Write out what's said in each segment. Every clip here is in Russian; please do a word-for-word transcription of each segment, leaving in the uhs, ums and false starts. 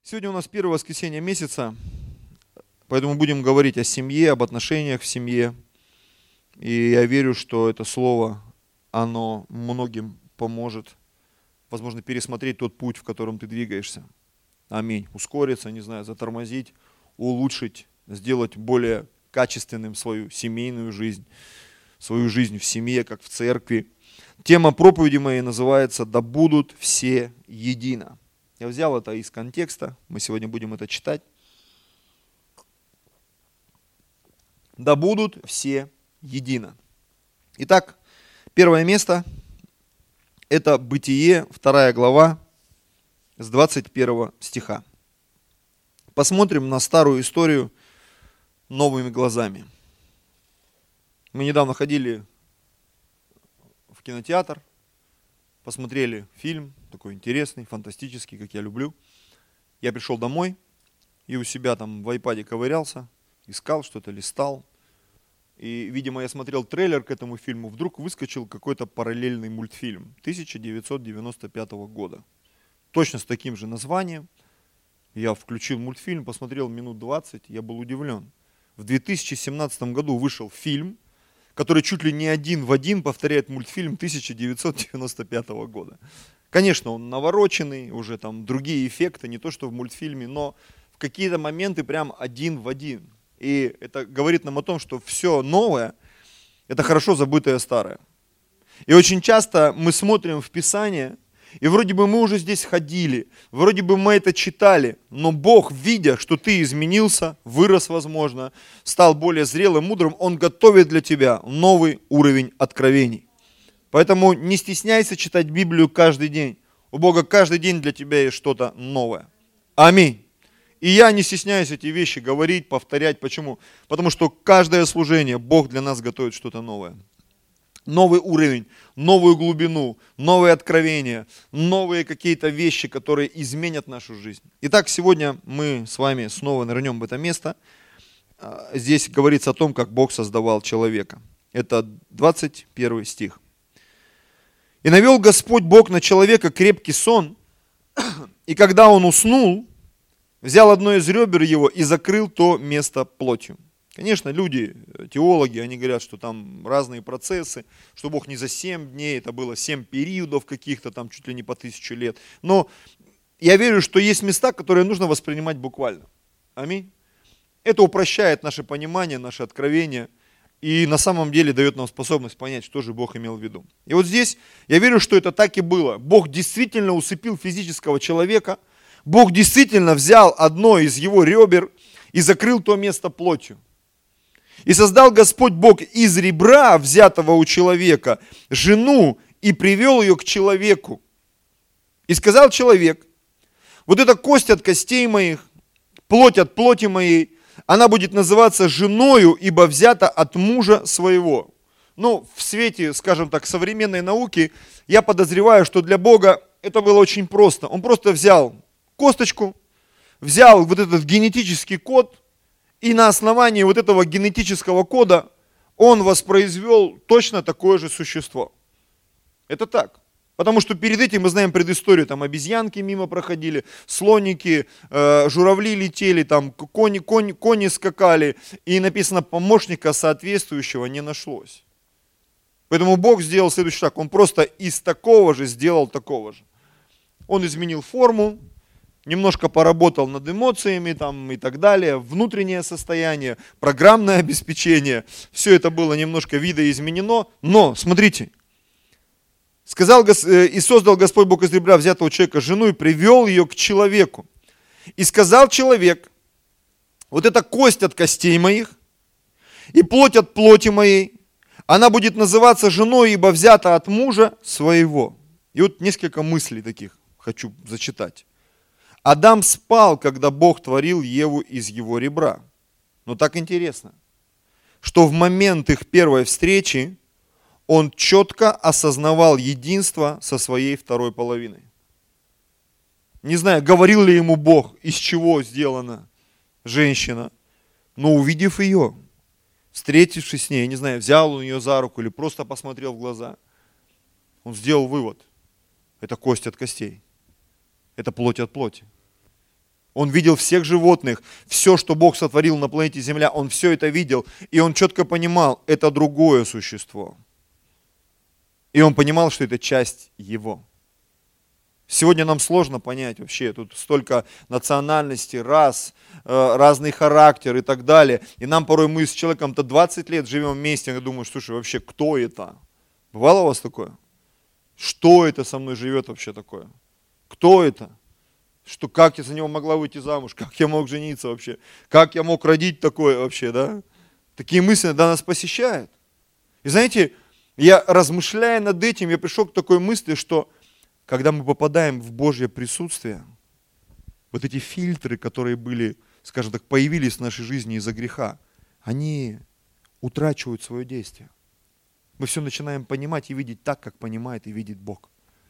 Сегодня у нас первое воскресенье месяца, поэтому будем говорить о семье, об отношениях в семье. И я верю, что это слово, оно многим поможет, возможно, пересмотреть тот путь, в котором ты двигаешься. Аминь. Ускориться, не знаю, затормозить, улучшить, сделать более качественным свою семейную жизнь, свою жизнь в семье, как в церкви. Тема проповеди моей называется «Да будут все едино». Я взял это из контекста, мы сегодня будем это читать. Да будут все едино. Итак, первое место – это Бытие, вторая глава, с двадцать первого стиха. Посмотрим на старую историю новыми глазами. Мы недавно ходили в кинотеатр, посмотрели фильм, такой интересный, фантастический, как я люблю. Я пришел домой и у себя там в айпаде ковырялся, искал что-то, листал. И, видимо, я смотрел трейлер к этому фильму, вдруг выскочил какой-то параллельный мультфильм тысяча девятьсот девяносто пятого года. Точно с таким же названием. Я включил мультфильм, посмотрел минут двадцать, я был удивлен. В две тысячи семнадцатом году вышел фильм, который чуть ли не один в один повторяет мультфильм тысяча девятьсот девяносто пятого года. Конечно, он навороченный, уже там другие эффекты, не то что в мультфильме, но в какие-то моменты прям один в один. И это говорит нам о том, что все новое – это хорошо забытое старое. И очень часто мы смотрим в Писание, и вроде бы мы уже здесь ходили, вроде бы мы это читали, но Бог, видя, что ты изменился, вырос, возможно, стал более зрелым, мудрым, Он готовит для тебя новый уровень откровений. Поэтому не стесняйся читать Библию каждый день. У Бога каждый день для тебя есть что-то новое. Аминь. И я не стесняюсь эти вещи говорить, повторять. Почему? Потому что каждое служение Бог для нас готовит что-то новое. Новый уровень, новую глубину, новые откровения, новые какие-то вещи, которые изменят нашу жизнь. Итак, сегодня мы с вами снова нырнем в это место. Здесь говорится о том, как Бог создавал человека. Это двадцать первый стих. «И навел Господь Бог на человека крепкий сон, и когда он уснул, взял одно из ребер его и закрыл то место плотью». Конечно, люди, теологи, они говорят, что там разные процессы, что Бог не за семь дней, это было семь периодов каких-то, там чуть ли не по тысячу лет. Но я верю, что есть места, которые нужно воспринимать буквально. Аминь. Это упрощает наше понимание, наше откровение. И на самом деле дает нам способность понять, что же Бог имел в виду. И вот здесь я верю, что это так и было. Бог действительно усыпил физического человека. Бог действительно взял одно из его ребер и закрыл то место плотью. И создал Господь Бог из ребра, взятого у человека, жену и привел ее к человеку. И сказал человек: вот эта кость от костей моих, плоть от плоти моей, она будет называться женою, ибо взята от мужа своего. Ну, в свете, скажем так, современной науки, я подозреваю, что для Бога это было очень просто. Он просто взял косточку, взял вот этот генетический код, и на основании вот этого генетического кода он воспроизвел точно такое же существо. Это так. Потому что перед этим мы знаем предысторию, там обезьянки мимо проходили, слоники, э, журавли летели, там кони, кони, кони скакали, и написано, помощника соответствующего не нашлось. Поэтому Бог сделал следующий шаг, Он просто из такого же сделал такого же. Он изменил форму, немножко поработал над эмоциями там, и так далее, внутреннее состояние, программное обеспечение, все это было немножко видоизменено, но смотрите, сказал и создал Господь Бог из ребра взятого человека жену и привел ее к человеку. И сказал человек: вот эта кость от костей моих и плоть от плоти моей, она будет называться женой, ибо взята от мужа своего. И вот несколько мыслей таких хочу зачитать. Адам спал, когда Бог творил Еву из его ребра. Но так интересно, что в момент их первой встречи он четко осознавал единство со своей второй половиной. Не знаю, говорил ли ему Бог, из чего сделана женщина, но увидев ее, встретившись с ней, не знаю, взял он ее за руку или просто посмотрел в глаза, он сделал вывод: это кость от костей, это плоть от плоти. Он видел всех животных, все, что Бог сотворил на планете Земля, он все это видел. И он четко понимал, это другое существо. И он понимал, что это часть его. Сегодня нам сложно понять вообще, тут столько национальностей, рас, э, разный характер и так далее. И нам порой мы с человеком-то двадцать лет живем вместе, и думаю, слушай, вообще кто это? Бывало у вас такое? Что это со мной живет вообще такое? Кто это? Что, как я за него могла выйти замуж? Как я мог жениться вообще? Как я мог родить такое вообще, да? Такие мысли иногда нас посещают. И знаете, я размышляя над этим, я пришел к такой мысли, что когда мы попадаем в Божье присутствие, вот эти фильтры, которые были, скажем так, появились в нашей жизни из-за греха, они утрачивают свое действие. Мы все начинаем понимать и видеть так, как понимает и видит Бог.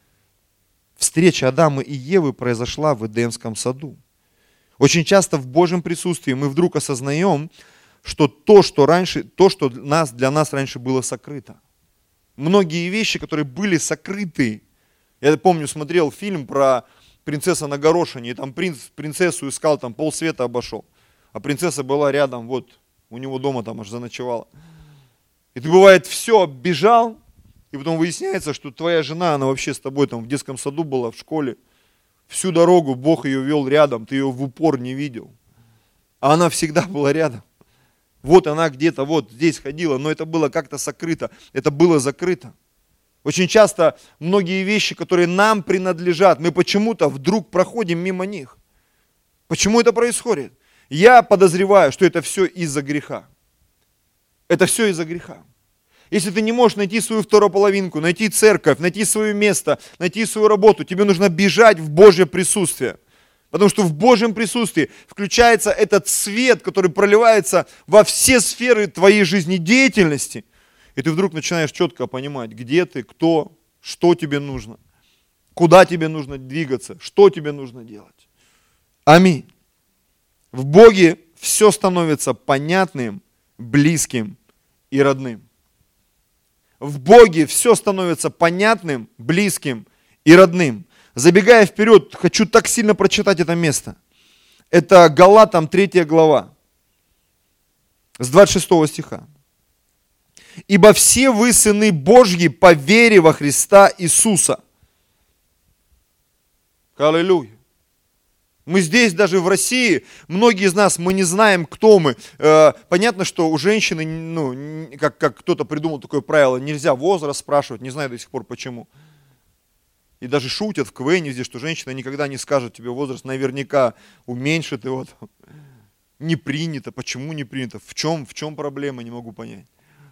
Встреча Адама и Евы произошла в Эдемском саду. Очень часто в Божьем присутствии мы вдруг осознаем, что то, что раньше, то, что нас, для нас раньше было сокрыто. Многие вещи, которые были сокрыты. Я помню, смотрел фильм про принцессу на горошине, и там принц принцессу искал, там полсвета обошел. А принцесса была рядом, вот, у него дома там аж заночевала. И ты, бывает, все оббежал, и потом выясняется, что твоя жена, она вообще с тобой там в детском саду была, в школе. Всю дорогу Бог ее вел рядом, ты ее в упор не видел. А она всегда была рядом. Вот она где-то вот здесь ходила, но это было как-то сокрыто, это было закрыто. Очень часто многие вещи, которые нам принадлежат, мы почему-то вдруг проходим мимо них. Почему это происходит? Я подозреваю, что это все из-за греха. Это все из-за греха. Если ты не можешь найти свою вторую половинку, найти церковь, найти свое место, найти свою работу, тебе нужно бежать в Божье присутствие. Потому что в Божьем присутствии включается этот свет, который проливается во все сферы твоей жизнедеятельности. И ты вдруг начинаешь четко понимать, где ты, кто, что тебе нужно, куда тебе нужно двигаться, что тебе нужно делать. Аминь. В Боге все становится понятным, близким и родным. В Боге все становится понятным, близким и родным. Забегая вперед, хочу так сильно прочитать это место. Это Галатам третья глава, с двадцать шестого стиха. «Ибо все вы сыны Божьи по вере во Христа Иисуса». Аллилуйя. Мы здесь, даже в России, многие из нас, мы не знаем, кто мы. Э, понятно, что у женщины, ну, как, как кто-то придумал такое правило, нельзя возраст спрашивать, не знаю до сих пор почему. И даже шутят в КВН здесь, что женщина никогда не скажет тебе возраст, наверняка уменьшит его. Не принято. Почему не принято? В чем, в чем проблема, не могу понять.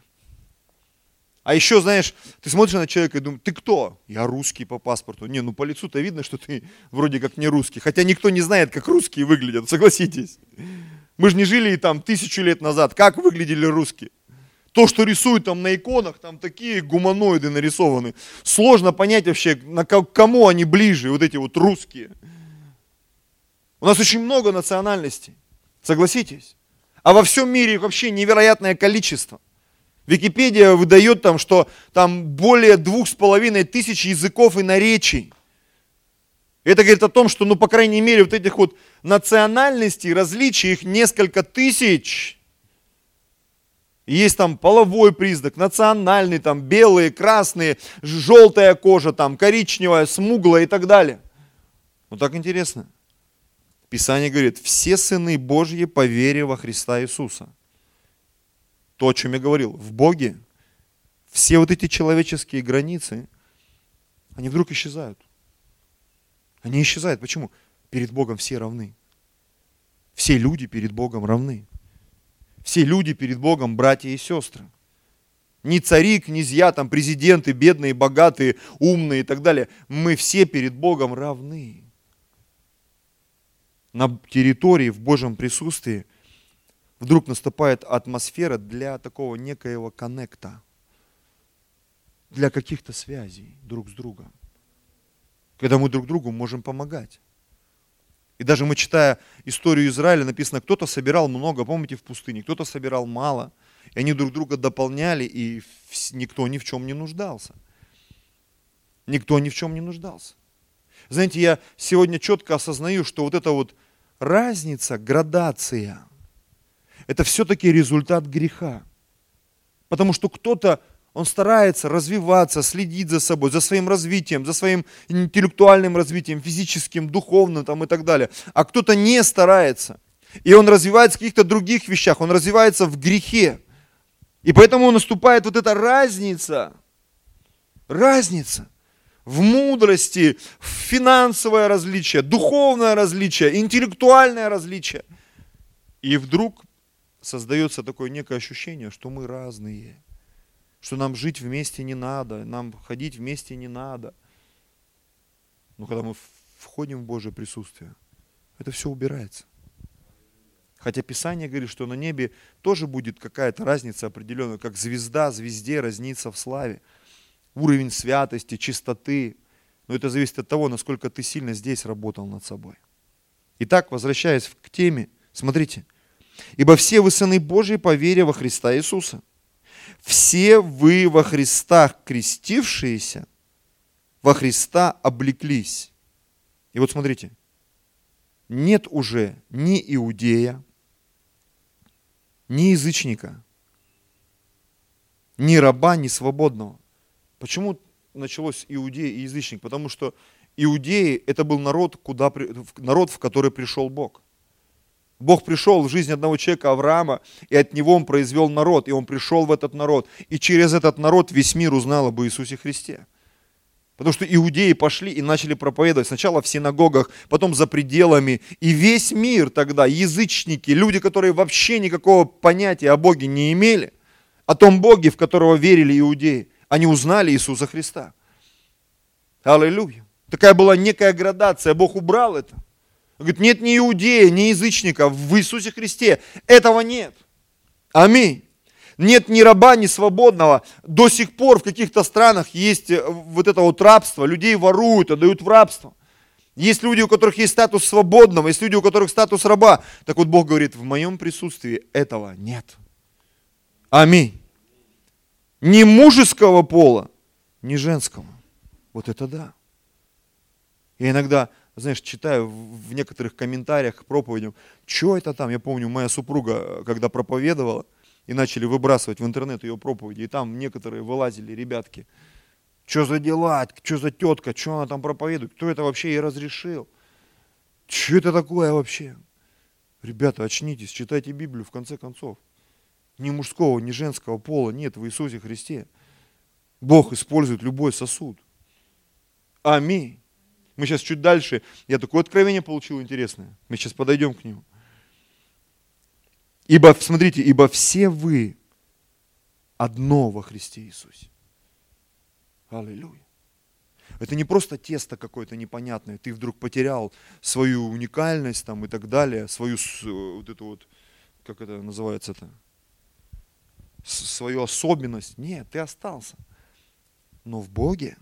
А еще, знаешь, ты смотришь на человека и думаешь, ты кто? Я русский по паспорту. Не, ну по лицу-то видно, что ты вроде как не русский. Хотя никто не знает, как русские выглядят, согласитесь. Мы же не жили там тысячу лет назад. Как выглядели русские? То, что рисуют там на иконах, там такие гуманоиды нарисованы. Сложно понять вообще, на к кому они ближе, вот эти вот русские. У нас очень много национальностей, согласитесь. А во всем мире их вообще невероятное количество. Википедия выдает там, что там более двух с половиной тысяч языков и наречий. Это говорит о том, что, ну, по крайней мере, вот этих вот национальностей, различий, их несколько тысяч. Есть там половой признак, национальный, там белые, красные, желтая кожа, там коричневая, смуглая и так далее. Вот так интересно. Писание говорит, все сыны Божьи по вере во Христа Иисуса. То, о чем я говорил, в Боге все вот эти человеческие границы, они вдруг исчезают. Они исчезают. Почему? Перед Богом все равны. Все люди перед Богом равны. Все люди перед Богом братья и сестры. Ни цари, князья, там, президенты, бедные, богатые, умные и так далее. Мы все перед Богом равны. На территории, в Божьем присутствии вдруг наступает атмосфера для такого некоего коннекта, для каких-то связей друг с другом, когда мы друг другу можем помогать. И даже мы, читая историю Израиля, написано, кто-то собирал много, помните, в пустыне, кто-то собирал мало, и они друг друга дополняли, и никто ни в чем не нуждался. Никто ни в чем не нуждался. Знаете, я сегодня четко осознаю, что вот это вот разница, градация, это все-таки результат греха. Потому что кто-то, он старается развиваться, следить за собой, за своим развитием, за своим интеллектуальным развитием, физическим, духовным там, и так далее. А кто-то не старается. И он развивается в каких-то других вещах, он развивается в грехе. И поэтому наступает вот эта разница, разница в мудрости, в финансовое различие, духовное различие, интеллектуальное различие. И вдруг создается такое некое ощущение, что мы разные, что нам жить вместе не надо, нам ходить вместе не надо. Но когда мы входим в Божье присутствие, это все убирается. Хотя Писание говорит, что на небе тоже будет какая-то разница определенная, как звезда звезде разнится в славе. Уровень святости, чистоты. Но это зависит от того, насколько ты сильно здесь работал над собой. Итак, возвращаясь к теме, смотрите. «Ибо все вы сыны Божьи по вере во Христа Иисуса. Все вы во Христах крестившиеся, во Христа облеклись». И вот смотрите. Нет уже ни иудея, ни язычника, ни раба, ни свободного. Почему началось иудей и язычник? Потому что иудеи – это был народ, куда, народ, в который пришел Бог. Бог пришел в жизнь одного человека, Авраама, и от него он произвел народ, и он пришел в этот народ. И через этот народ весь мир узнал об Иисусе Христе. Потому что иудеи пошли и начали проповедовать сначала в синагогах, потом за пределами. И весь мир тогда, язычники, люди, которые вообще никакого понятия о Боге не имели, о том Боге, в которого верили иудеи, они узнали Иисуса Христа. Аллилуйя. Такая была некая градация, Бог убрал это. Он говорит, нет ни иудея, ни язычника в Иисусе Христе. Этого нет. Аминь. Нет ни раба, ни свободного. До сих пор в каких-то странах есть вот это вот рабство. Людей воруют, отдают в рабство. Есть люди, у которых есть статус свободного, есть люди, у которых статус раба. Так вот Бог говорит, в моем присутствии этого нет. Аминь. Ни мужеского пола, ни женского. Вот это да. Я иногда, знаешь, читаю в некоторых комментариях к проповедям, что это там, я помню, моя супруга, когда проповедовала, и начали выбрасывать в интернет ее проповеди, и там некоторые вылазили, ребятки, что за дела, что за тетка, что она там проповедует, кто это вообще ей разрешил, что это такое вообще? Ребята, очнитесь, читайте Библию в конце концов. Ни мужского, ни женского пола нет в Иисусе Христе. Бог использует любой сосуд. Аминь. Мы сейчас чуть дальше, я такое откровение получил интересное, мы сейчас подойдем к нему. Ибо, смотрите, ибо все вы одно во Христе Иисусе. Аллилуйя. Это не просто тесто какое-то непонятное, ты вдруг потерял свою уникальность там и так далее, свою вот эту вот, как это называется-то, свою особенность. Нет, ты остался. Но в Боге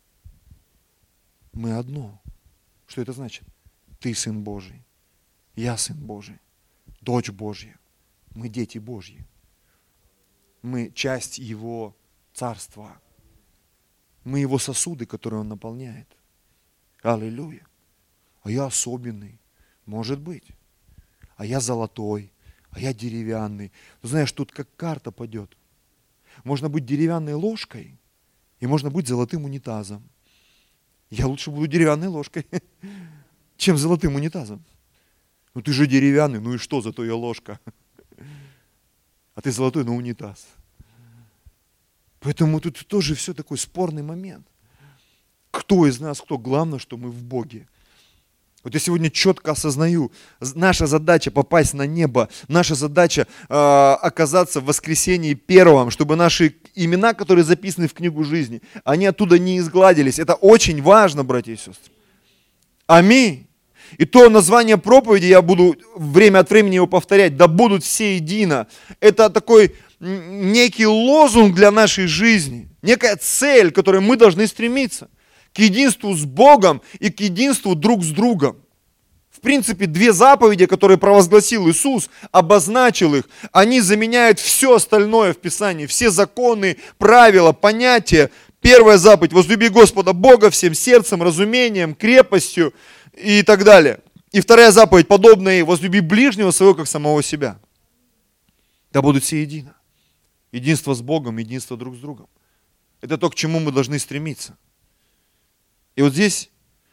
мы одно. Что это значит? Ты сын Божий, я сын Божий, дочь Божья. Мы дети Божьи. Мы часть Его царства. Мы Его сосуды, которые Он наполняет. Аллилуйя. А я особенный. Может быть. А я золотой. А я деревянный. Ты знаешь, тут как карта пойдет. Можно быть деревянной ложкой, и можно быть золотым унитазом. Я лучше буду деревянной ложкой, чем золотым унитазом. Ну ты же деревянный, ну и что, зато я ложка. А ты золотой, но унитаз. Поэтому тут тоже все такой спорный момент. Кто из нас кто? Главное, что мы в Боге. Вот я сегодня четко осознаю, наша задача попасть на небо, наша задача э, оказаться в воскресении первом, чтобы наши имена, которые записаны в книгу жизни, они оттуда не изгладились. Это очень важно, братья и сестры. Аминь. И то название проповеди, я буду время от времени его повторять, да будут все едино. Это такой некий лозунг для нашей жизни, некая цель, к которой мы должны стремиться. К единству с Богом и к единству друг с другом. В принципе, две заповеди, которые провозгласил Иисус, обозначил их, они заменяют все остальное в Писании, все законы, правила, понятия. Первая заповедь – возлюби Господа Бога всем сердцем, разумением, крепостью и так далее. И вторая заповедь, подобная ей, возлюби ближнего своего, как самого себя. Да будут все едино. Единство с Богом, единство друг с другом. Это то, к чему мы должны стремиться. И вот здесь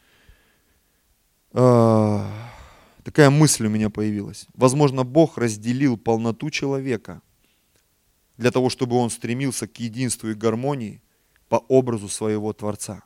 э, такая мысль у меня появилась. Возможно, Бог разделил полноту человека для того, чтобы он стремился к единству и гармонии по образу своего Творца.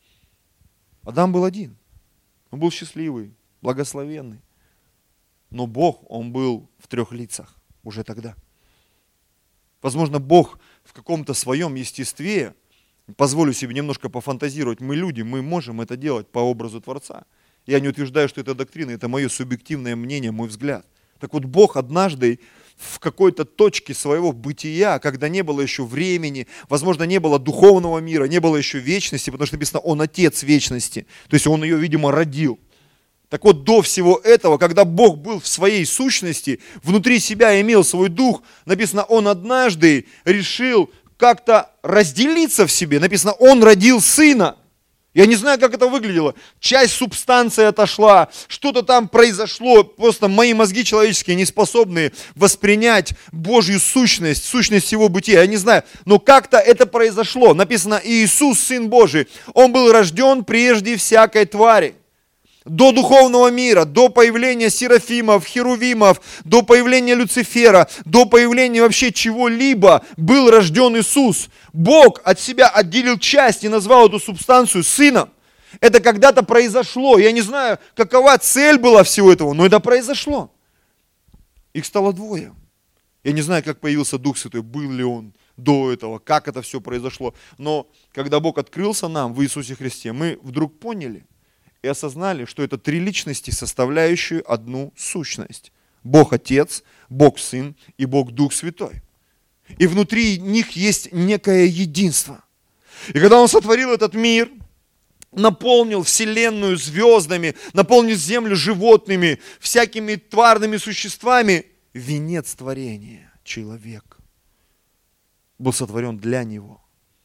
Адам был один. Он был счастливый, благословенный. Но Бог, он был в трех лицах уже тогда. Возможно, Бог в каком-то своем естестве, позволю себе немножко пофантазировать, мы люди, мы можем это делать по образу Творца. Я не утверждаю, что это доктрина, это мое субъективное мнение, мой взгляд. Так вот, Бог однажды в какой-то точке своего бытия, когда не было еще времени, возможно, не было духовного мира, не было еще вечности, потому что написано, Он Отец вечности. То есть Он ее, видимо, родил. Так вот, до всего этого, когда Бог был в своей сущности, внутри себя имел свой дух, написано, Он однажды решил как-то разделиться в себе. Написано, Он родил Сына. Я не знаю, как это выглядело. Часть субстанции отошла, что-то там произошло. Просто мои мозги человеческие не способны воспринять Божью сущность, сущность Его бытия. Я не знаю, но как-то это произошло. Написано, Иисус, Сын Божий, Он был рожден прежде всякой твари. До духовного мира, до появления серафимов, херувимов, до появления Люцифера, до появления вообще чего-либо был рожден Иисус. Бог от себя отделил часть и назвал эту субстанцию Сыном. Это когда-то произошло. Я не знаю, какова цель была всего этого, но это произошло. Их стало двое. Я не знаю, как появился Дух Святой, был ли Он до этого, как это все произошло. Но когда Бог открылся нам в Иисусе Христе, мы вдруг поняли, и осознали, что это три личности, составляющие одну сущность. Бог Отец, Бог Сын и Бог Дух Святой. И внутри них есть некое единство. И когда Он сотворил этот мир, наполнил вселенную звездами, наполнил землю животными, всякими тварными существами, венец творения, человек, был сотворен для Него.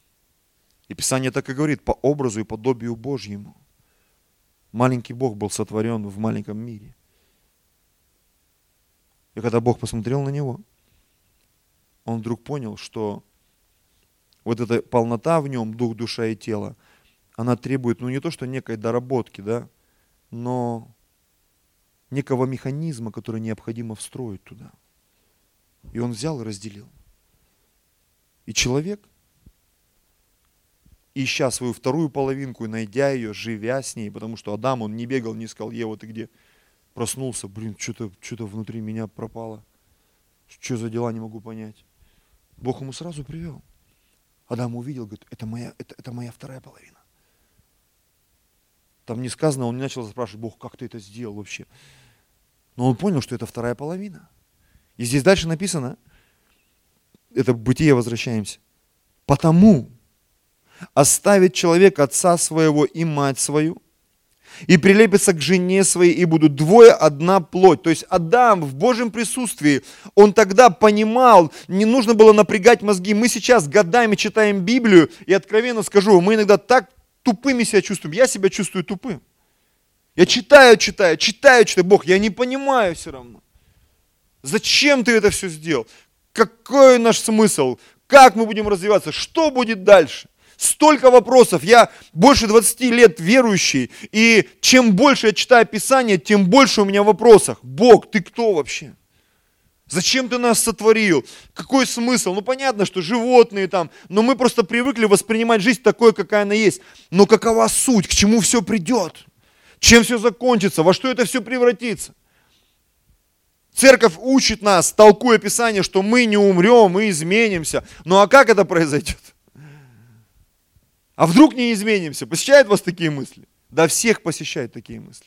И Писание так и говорит, по образу и подобию Божьему. Маленький Бог был сотворен в маленьком мире. И когда Бог посмотрел на него, Он вдруг понял, что вот эта полнота в нем, дух, душа и тело, она требует, ну не то, что некой доработки, да, но некого механизма, который необходимо встроить туда. И Он взял и разделил. И человек, ища свою вторую половинку и найдя ее, живя с ней, потому что Адам, он не бегал, не искал, Ева, ты где? Проснулся, блин, что-то что-то внутри меня пропало. Что за дела, не могу понять. Бог ему сразу привел. Адам увидел, говорит, это моя, это, это моя вторая половина. Там не сказано, он не начал спрашивать, Бог, как ты это сделал вообще? Но он понял, что это вторая половина. И здесь дальше написано, это в Бытие возвращаемся. Потому оставит человек отца своего и мать свою, и прилепится к жене своей, и будут двое одна плоть. То есть Адам в Божьем присутствии, он тогда понимал, не нужно было напрягать мозги. Мы сейчас годами читаем Библию, и откровенно скажу, мы иногда так тупыми себя чувствуем. Я себя чувствую тупым. Я читаю, читаю, читаю, читаю. Бог, я не понимаю все равно. Зачем ты это все сделал? Какой наш смысл? Как мы будем развиваться? Что будет дальше? Столько вопросов. Я больше двадцати лет верующий, и чем больше я читаю Писание, тем больше у меня вопросов. Бог, ты кто вообще? Зачем ты нас сотворил? Какой смысл? Ну понятно, что животные там, но мы просто привыкли воспринимать жизнь такой, какая она есть. Но какова суть? К чему все придет? Чем все закончится? Во что это все превратится? Церковь учит нас, толкуя Писание, что мы не умрем, мы изменимся. Ну а как это произойдет? А вдруг не изменимся? Посещают вас такие мысли? Да, всех посещают такие мысли.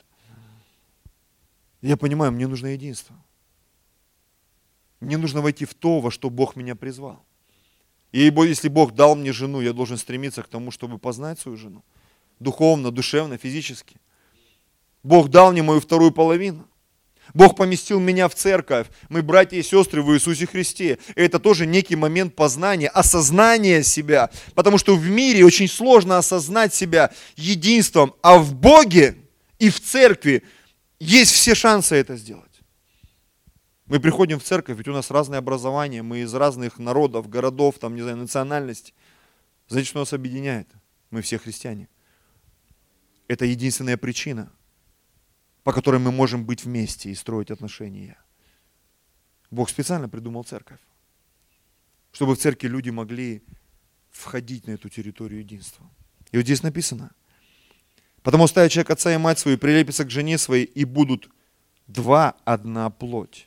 Я понимаю, мне нужно единство. Мне нужно войти в то, во что Бог меня призвал. И если Бог дал мне жену, я должен стремиться к тому, чтобы познать свою жену. Духовно, душевно, физически. Бог дал мне мою вторую половину. Бог поместил меня в церковь. Мы братья и сестры в Иисусе Христе. И это тоже некий момент познания, осознания себя. Потому что в мире очень сложно осознать себя единством. А в Боге и в церкви есть все шансы это сделать. Мы приходим в церковь, ведь у нас разное образование, мы из разных народов, городов, там, не знаю, национальностей. Знаете, что нас объединяет? Мы все христиане. Это единственная причина, по которой мы можем быть вместе и строить отношения. Бог специально придумал церковь, чтобы в церкви люди могли входить на эту территорию единства. И вот здесь написано: потому оставит человек отца и мать свою, прилепится к жене своей, и будут два одна плоть.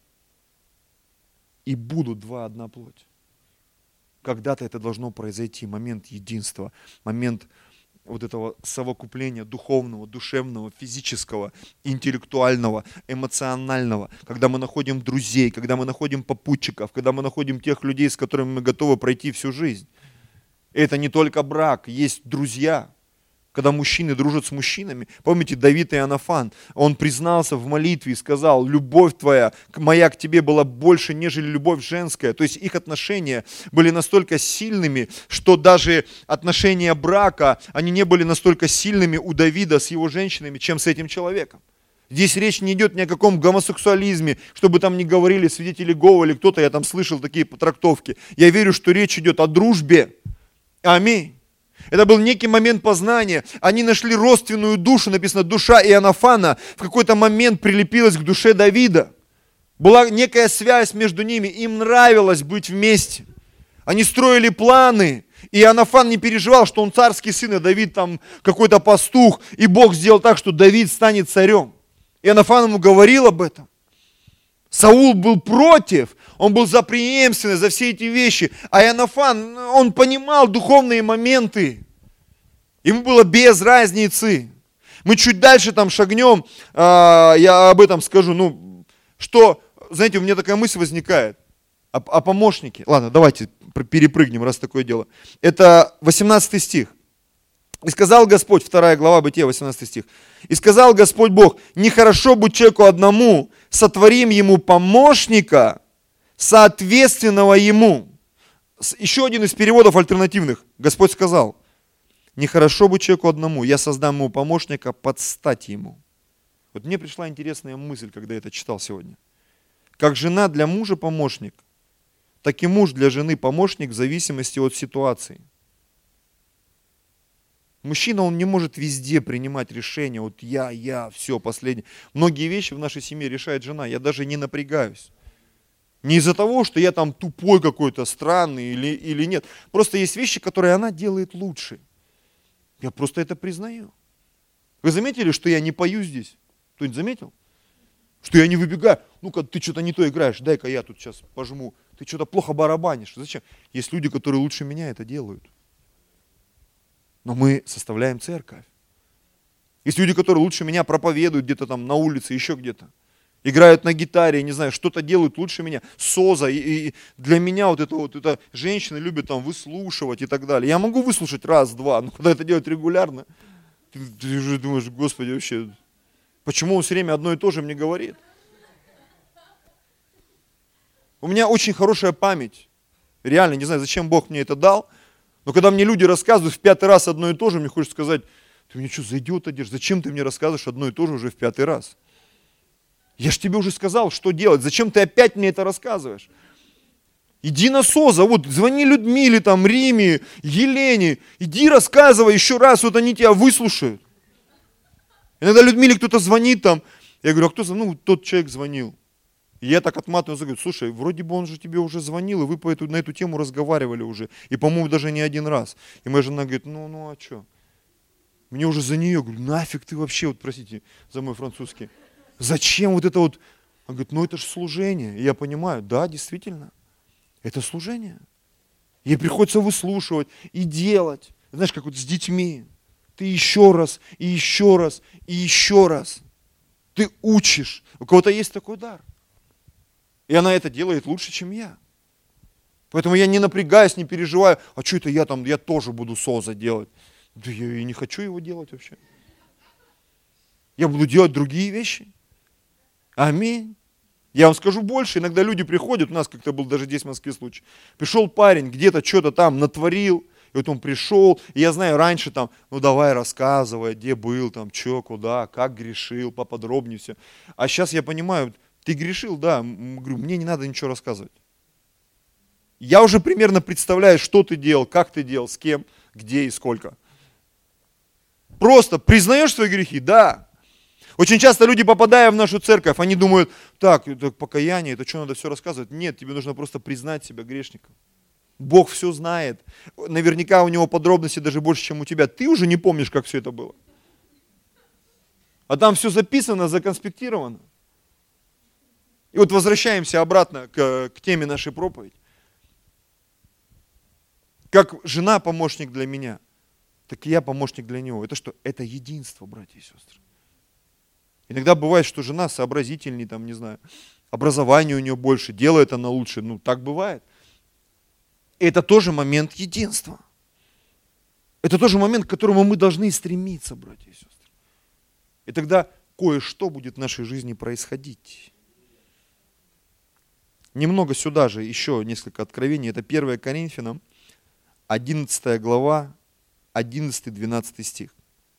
И будут два одна плоть. Когда-то это должно произойти, момент единства, момент вот этого совокупления духовного, душевного, физического, интеллектуального, эмоционального, когда мы находим друзей, когда мы находим попутчиков, когда мы находим тех людей, с которыми мы готовы пройти всю жизнь. И это не только брак, есть друзья. Когда мужчины дружат с мужчинами. Помните, Давид и Иоаннафан, он признался в молитве и сказал: любовь твоя, моя к тебе была больше, нежели любовь женская. То есть их отношения были настолько сильными, что даже отношения брака, они не были настолько сильными у Давида с его женщинами, чем с этим человеком. Здесь речь не идет ни о каком гомосексуализме, чтобы там не говорили свидетели Иеговы или кто-то, я там слышал такие трактовки. Я верю, что речь идет о дружбе. Аминь. Это был некий момент познания. Они нашли родственную душу, написано, душа Иоаннафана в какой-то момент прилепилась к душе Давида. Была некая связь между ними, им нравилось быть вместе. Они строили планы, и Иоаннафан не переживал, что он царский сын, а Давид там какой-то пастух, и Бог сделал так, что Давид станет царем. Иоаннафан ему говорил об этом. Саул был против, он был за преемственность, за все эти вещи. А Иоаннафан, он понимал духовные моменты. Ему было без разницы. Мы чуть дальше там шагнем, я об этом скажу. Ну, что, знаете, у меня такая мысль возникает о, о помощнике. Ладно, давайте перепрыгнем, раз такое дело. Это восемнадцатый стих. И сказал Господь, вторая глава Бытия, восемнадцатый стих. И сказал Господь Бог: нехорошо быть человеку одному, сотворим ему помощника, соответственного ему. Еще один из переводов альтернативных. Господь сказал: нехорошо быть человеку одному, я создам ему помощника под стать ему. Вот мне пришла интересная мысль, когда я это читал сегодня. Как жена для мужа помощник, так и муж для жены помощник в зависимости от ситуации. Мужчина, он не может везде принимать решения. Вот я, я, все, последнее. Многие вещи в нашей семье решает жена. Я даже не напрягаюсь. Не из-за того, что я там тупой какой-то, странный или, или нет. Просто есть вещи, которые она делает лучше. Я просто это признаю. Вы заметили, что я не пою здесь? Кто-нибудь заметил? Что я не выбегаю. Ну-ка, ты что-то не то играешь. Дай-ка я тут сейчас пожму. Ты что-то плохо барабанишь. Зачем? Есть люди, которые лучше меня это делают. Но мы составляем церковь. Есть люди, которые лучше меня проповедуют где-то там на улице, еще где-то. Играют на гитаре, не знаю, что-то делают лучше меня. Соза. И, и для меня вот это вот, это женщины любят там выслушивать и так далее. Я могу выслушать раз-два, но когда это делать регулярно, ты, ты уже думаешь: Господи, вообще, почему он все время одно и то же мне говорит? У меня очень хорошая память. Реально, не знаю, зачем Бог мне это дал. Но когда мне люди рассказывают в пятый раз одно и то же, мне хочется сказать: ты мне что, за идиота держишь? Зачем ты мне рассказываешь одно и то же уже в пятый раз? Я же тебе уже сказал, что делать. Зачем ты опять мне это рассказываешь? Иди на Соза, вот звони Людмиле, там, Риме, Елене. Иди рассказывай еще раз, вот они тебя выслушают. Иногда Людмиле кто-то звонит там. Я говорю: а кто звонил? Ну, тот человек звонил. И я так отматываю, говорю: слушай, вроде бы он же тебе уже звонил, и вы по эту, на эту тему разговаривали уже. И, по-моему, даже не один раз. И моя жена говорит: ну, ну, а что? Мне уже за нее, говорю: нафиг ты вообще, вот простите за мой французский. Зачем вот это вот? Он говорит: ну это же служение. И я понимаю, да, действительно, это служение. Ей приходится выслушивать и делать. Знаешь, как вот с детьми. Ты еще раз, и еще раз, и еще раз. Ты учишь. У кого-то есть такой дар. И она это делает лучше, чем я. Поэтому я не напрягаюсь, не переживаю: а что это я там, я тоже буду Соза делать. Да я и не хочу его делать вообще. Я буду делать другие вещи. Аминь. Я вам скажу больше, иногда люди приходят, у нас как-то был даже здесь в Москве случай. Пришел парень, где-то что-то там натворил, И вот он пришел, и я знаю, раньше там, ну давай рассказывай, где был, там, что, куда, как грешил, поподробнее все. А сейчас я понимаю, ты грешил, да, говорю, мне не надо ничего рассказывать. Я уже примерно представляю, что ты делал, как ты делал, с кем, где и сколько. Просто признаешь свои грехи? Да. Очень часто люди, попадая в нашу церковь, они думают, так, это покаяние, это что, надо все рассказывать? Нет, тебе нужно просто признать себя грешником. Бог все знает. Наверняка у него подробности даже больше, чем у тебя. Ты уже не помнишь, как все это было. А там все записано, законспектировано. И вот возвращаемся обратно к, к теме нашей проповеди. Как жена помощник для меня, так и я помощник для него. Это что? Это единство, братья и сестры. Иногда бывает, что жена сообразительнее, там, не знаю, образование у нее больше, делает она лучше. Ну, так бывает. Это тоже момент единства. Это тоже момент, к которому мы должны стремиться, братья и сестры. И тогда кое-что будет в нашей жизни происходить. Немного сюда же, еще несколько откровений. Это первое Коринфянам, одиннадцатая глава, одиннадцатый-двенадцатый стих.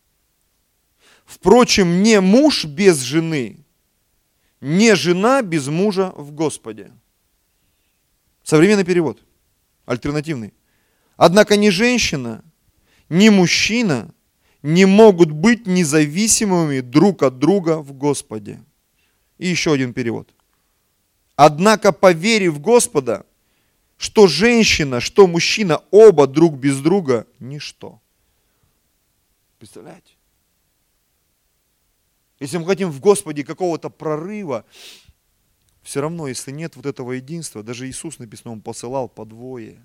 Впрочем, не муж без жены, не жена без мужа в Господе. Современный перевод, альтернативный. Однако ни женщина, ни мужчина не могут быть независимыми друг от друга в Господе. И еще один перевод. Однако по вере в Господа, что женщина, что мужчина, оба друг без друга – ничто. Представляете? Если мы хотим в Господе какого-то прорыва, все равно, если нет вот этого единства, даже Иисус, написано, Он посылал по двое.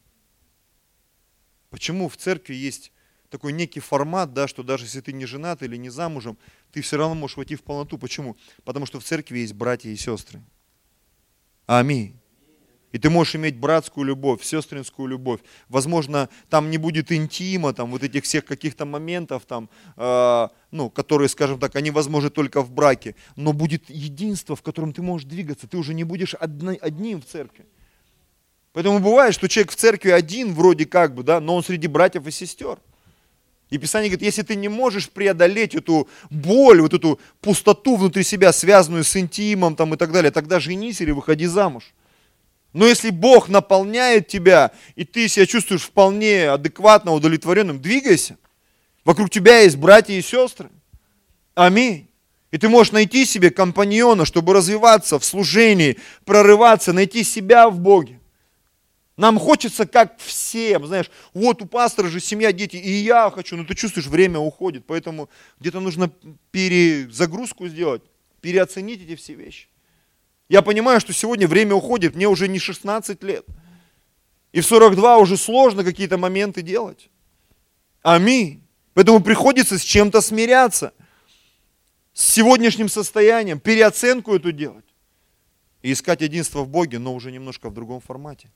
Почему в церкви есть такой некий формат, да, что даже если ты не женат или не замужем, ты все равно можешь войти в полноту. Почему? Потому что в церкви есть братья и сестры. Аминь. И ты можешь иметь братскую любовь, сестринскую любовь. Возможно, там не будет интима, там вот этих всех каких-то моментов, там, э, ну, которые, скажем так, они возможны только в браке. Но будет единство, в котором ты можешь двигаться. Ты уже не будешь одни, одним в церкви. Поэтому бывает, что человек в церкви один вроде как бы, да, но он среди братьев и сестер. И Писание говорит, если ты не можешь преодолеть эту боль, вот эту пустоту внутри себя, связанную с интимом там, и так далее, тогда женись или выходи замуж. Но если Бог наполняет тебя, и ты себя чувствуешь вполне адекватно, удовлетворенным, двигайся. Вокруг тебя есть братья и сестры. Аминь. И ты можешь найти себе компаньона, чтобы развиваться в служении, прорываться, найти себя в Боге. Нам хочется как всем, знаешь, вот у пастора же семья, дети, и я хочу, но ты чувствуешь, время уходит, поэтому где-то нужно перезагрузку сделать, переоценить эти все вещи. Я понимаю, что сегодня время уходит, мне уже не шестнадцать лет. И в сорок два уже сложно какие-то моменты делать. Аминь. Поэтому приходится с чем-то смиряться. С сегодняшним состоянием, переоценку эту делать. И искать единство в Боге, но уже немножко в другом формате.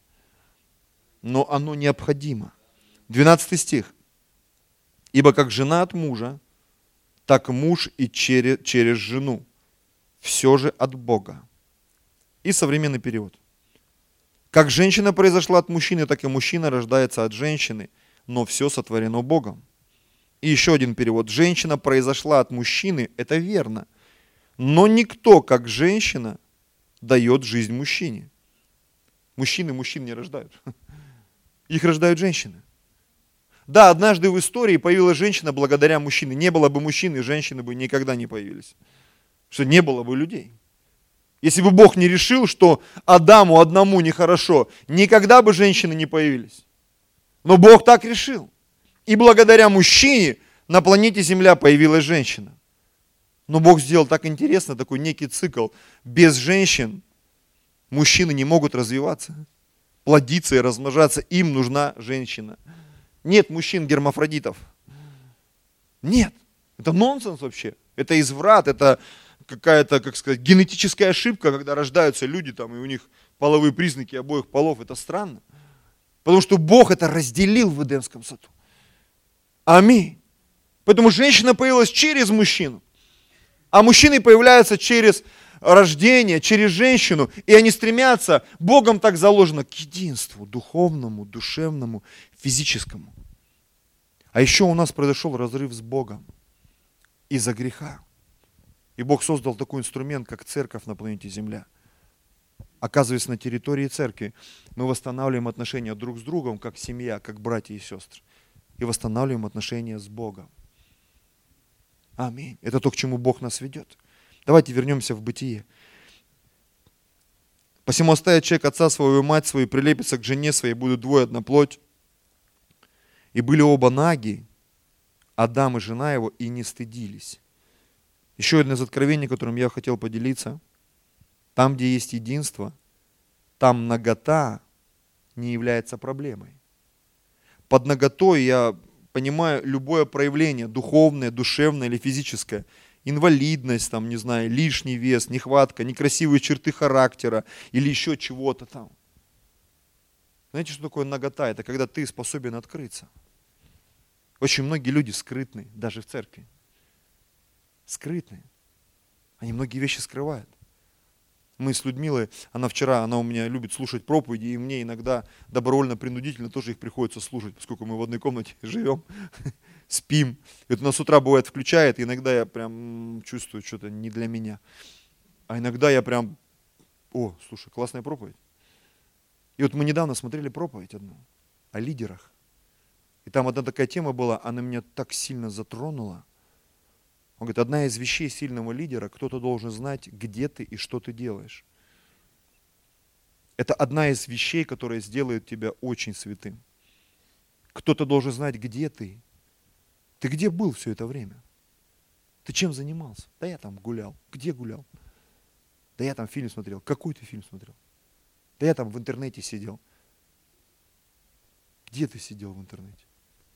Но оно необходимо. двенадцатый стих. Ибо как жена от мужа, так муж и через, через жену. Все же от Бога. И современный перевод. Как женщина произошла от мужчины, так и мужчина рождается от женщины, но все сотворено Богом. И еще один перевод. Женщина произошла от мужчины, это верно, но никто, как женщина, дает жизнь мужчине. Мужчины мужчин не рождают. Их рождают женщины. Да, однажды в истории появилась женщина благодаря мужчине. Не было бы мужчины, женщины бы никогда не появились. Что не было бы людей. Если бы Бог не решил, что Адаму одному нехорошо, никогда бы женщины не появились. Но Бог так решил. И благодаря мужчине на планете Земля появилась женщина. Но Бог сделал так интересно, такой некий цикл. Без женщин мужчины не могут развиваться, плодиться и размножаться. Им нужна женщина. Нет мужчин-гермафродитов. Нет. Это нонсенс вообще. Это изврат, это какая-то, как сказать, генетическая ошибка, когда рождаются люди, там, и у них половые признаки обоих полов. Это странно. Потому что Бог это разделил в Эдемском саду. Аминь. Поэтому женщина появилась через мужчину. А мужчины появляются через рождения, через женщину, и они стремятся, Богом так заложено, к единству духовному, душевному, физическому. А еще у нас произошел разрыв с Богом из-за греха. И Бог создал такой инструмент, как церковь на планете Земля. Оказывается, на территории церкви мы восстанавливаем отношения друг с другом, как семья, как братья и сестры. И восстанавливаем отношения с Богом. Аминь. Это то, к чему Бог нас ведет. Давайте вернемся в Бытие. «Посему оставит человек отца своего и мать свою, прилепится к жене своей, будут двое одна плоть. И были оба наги, Адам и жена его, и не стыдились». Еще одно из откровений, которым я хотел поделиться. Там, где есть единство, там нагота не является проблемой. Под наготой я понимаю любое проявление, духовное, душевное или физическое. Инвалидность, там, не знаю, лишний вес, нехватка, некрасивые черты характера или еще чего-то там. Знаете, что такое нагота? Это когда ты способен открыться. Очень многие люди скрытны, даже в церкви. Скрытны. Они многие вещи скрывают. Мы с Людмилой, она вчера, она у меня любит слушать проповеди, и мне иногда добровольно-принудительно тоже их приходится слушать, поскольку мы в одной комнате живем, спим. И вот она с утра бывает включает, и иногда я прям чувствую, что-то не для меня. А иногда я прям, о, слушай, классная проповедь. И вот мы недавно смотрели проповедь одну о лидерах. И там одна такая тема была, она меня так сильно затронула. Он говорит, одна из вещей сильного лидера, кто-то должен знать, где ты и что ты делаешь. Это одна из вещей, которая сделает тебя очень святым. Кто-то должен знать, где ты. Ты где был все это время? Ты чем занимался? Да я там гулял. Где гулял? Да я там фильм смотрел. Какой ты фильм смотрел? Да я там в интернете сидел. Где ты сидел в интернете?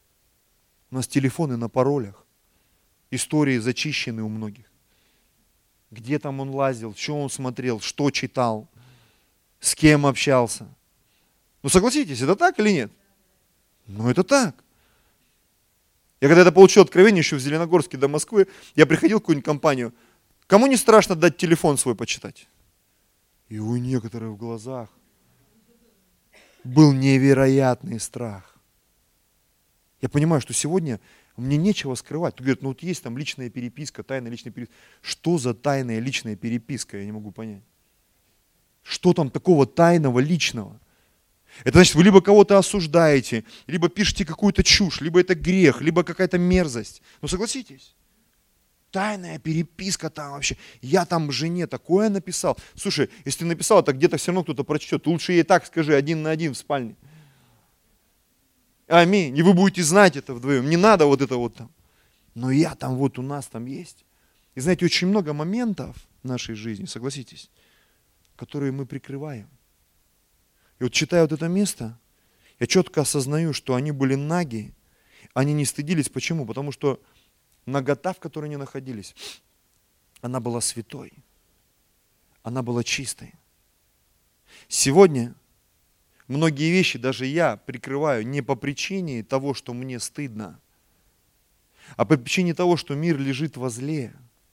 У нас телефоны на паролях. Истории зачищены у многих. Где там он лазил, что он смотрел, что читал, с кем общался. Ну согласитесь, это так или нет? Ну это так. Я когда это получил откровение еще в Зеленогорске до Москвы, я приходил в какую-нибудь компанию. Кому не страшно дать телефон свой почитать? И у некоторых в глазах был невероятный страх. Я понимаю, что сегодня мне нечего скрывать. Тут говорят, ну вот есть там личная переписка, тайная личная переписка. Что за тайная личная переписка, я не могу понять. Что там такого тайного личного? Это значит, вы либо кого-то осуждаете, либо пишете какую-то чушь, либо это грех, либо какая-то мерзость. Ну согласитесь. Тайная переписка там вообще. Я там жене такое написал. Слушай, если ты написал, то где-то все равно кто-то прочтет. Лучше ей так скажи, один на один в спальне. Аминь. И вы будете знать это вдвоем. Не надо вот это вот там. Но я там вот у нас там есть. И знаете, очень много моментов в нашей жизни, согласитесь, которые мы прикрываем. И вот читая вот это место, я четко осознаю, что они были наги, они не стыдились. Почему? Потому что нагота, в которой они находились, она была святой, она была чистой. Сегодня многие вещи даже я прикрываю не по причине того, что мне стыдно, а по причине того, что мир лежит во зле.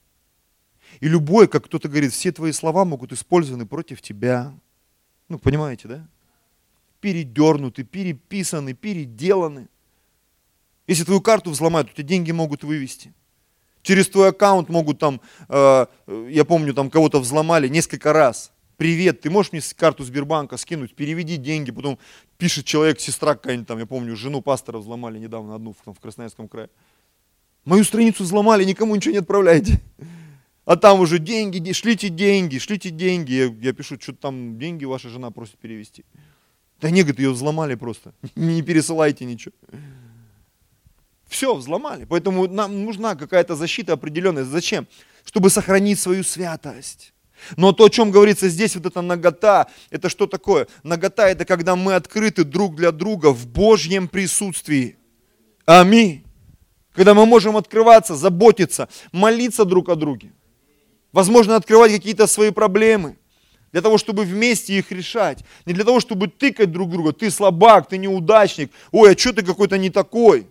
И любой, как кто-то говорит, все твои слова могут использованы против тебя. Ну, понимаете, да? Передернуты, переписаны, переделаны. Если твою карту взломают, то тебе деньги могут вывести. Через твой аккаунт могут там, э, я помню, там кого-то взломали несколько раз. Привет, ты можешь мне карту Сбербанка скинуть, переведи деньги, потом пишет человек, сестра какая-нибудь там, я помню, жену пастора взломали недавно одну в, там, в Красноярском крае. Мою страницу взломали, никому ничего не отправляйте. А там уже деньги, шлите деньги, шлите деньги. Я, я пишу, что там деньги ваша жена просит перевести. Да не, говорит, ее взломали просто, не пересылайте ничего. Все, взломали. Поэтому нам нужна какая-то защита определенная. Зачем? Чтобы сохранить свою святость. Но то, о чем говорится здесь, вот эта нагота, это что такое? Нагота – это когда мы открыты друг для друга в Божьем присутствии. Аминь. Когда мы можем открываться, заботиться, молиться друг о друге. Возможно, открывать какие-то свои проблемы. Для того, чтобы вместе их решать. Не для того, чтобы тыкать друг друга. Ты слабак, ты неудачник. Ой, а что ты какой-то не такой?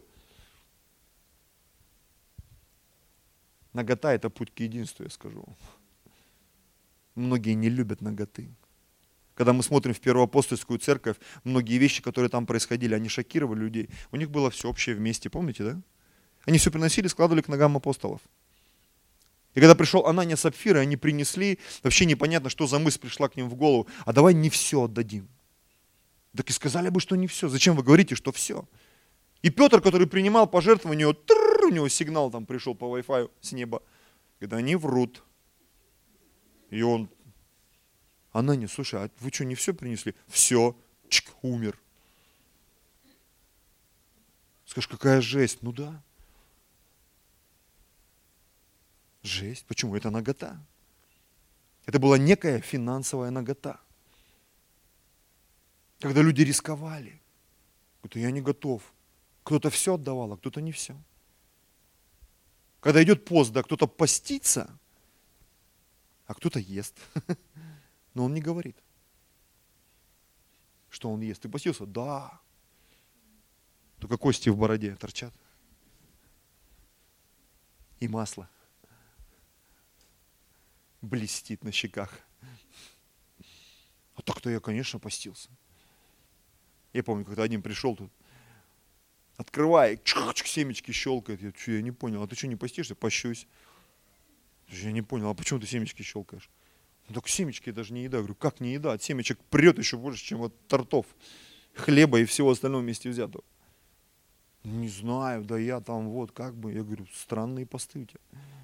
Нагота – это путь к единству, я скажу вам. Многие не любят наготы. Когда мы смотрим в Первоапостольскую церковь, многие вещи, которые там происходили, они шокировали людей. У них было все общее вместе, помните, да? Они все приносили, складывали к ногам апостолов. И когда пришел Анания с Сапфирой, они принесли, вообще непонятно, что за мысль пришла к ним в голову. А давай не все отдадим. Так и сказали бы, что не все. Зачем вы говорите, что все? И Петр, который принимал пожертвование, у него сигнал там пришел по Wi-Fi с неба. Когда они врут. И он, Анания, слушай, а вы что, не все принесли? Все, чик, умер. Скажешь, какая жесть? Ну да. Жесть. Почему? Это нагота. Это была некая финансовая нагота. Когда люди рисковали. Говорят, я не готов. Кто-то все отдавал, а кто-то не все. Когда идет пост, да, кто-то постится, а кто-то ест. Но он не говорит, что он ест. Ты постился? Да. Только кости в бороде торчат. И масло блестит на щеках. А так-то я, конечно, постился. Я помню, когда один пришел тут, открывай, чук-чук, семечки щелкает. Я, что, я не понял, а ты что, не постишься? Пощусь. Я не понял, а почему ты семечки щелкаешь? Ну так семечки даже не еда. Я говорю, как не еда? От семечек прет еще больше, чем от тортов, хлеба и всего остального вместе взятого. Не знаю, да я там вот как бы. Я говорю, странные посты у тебя.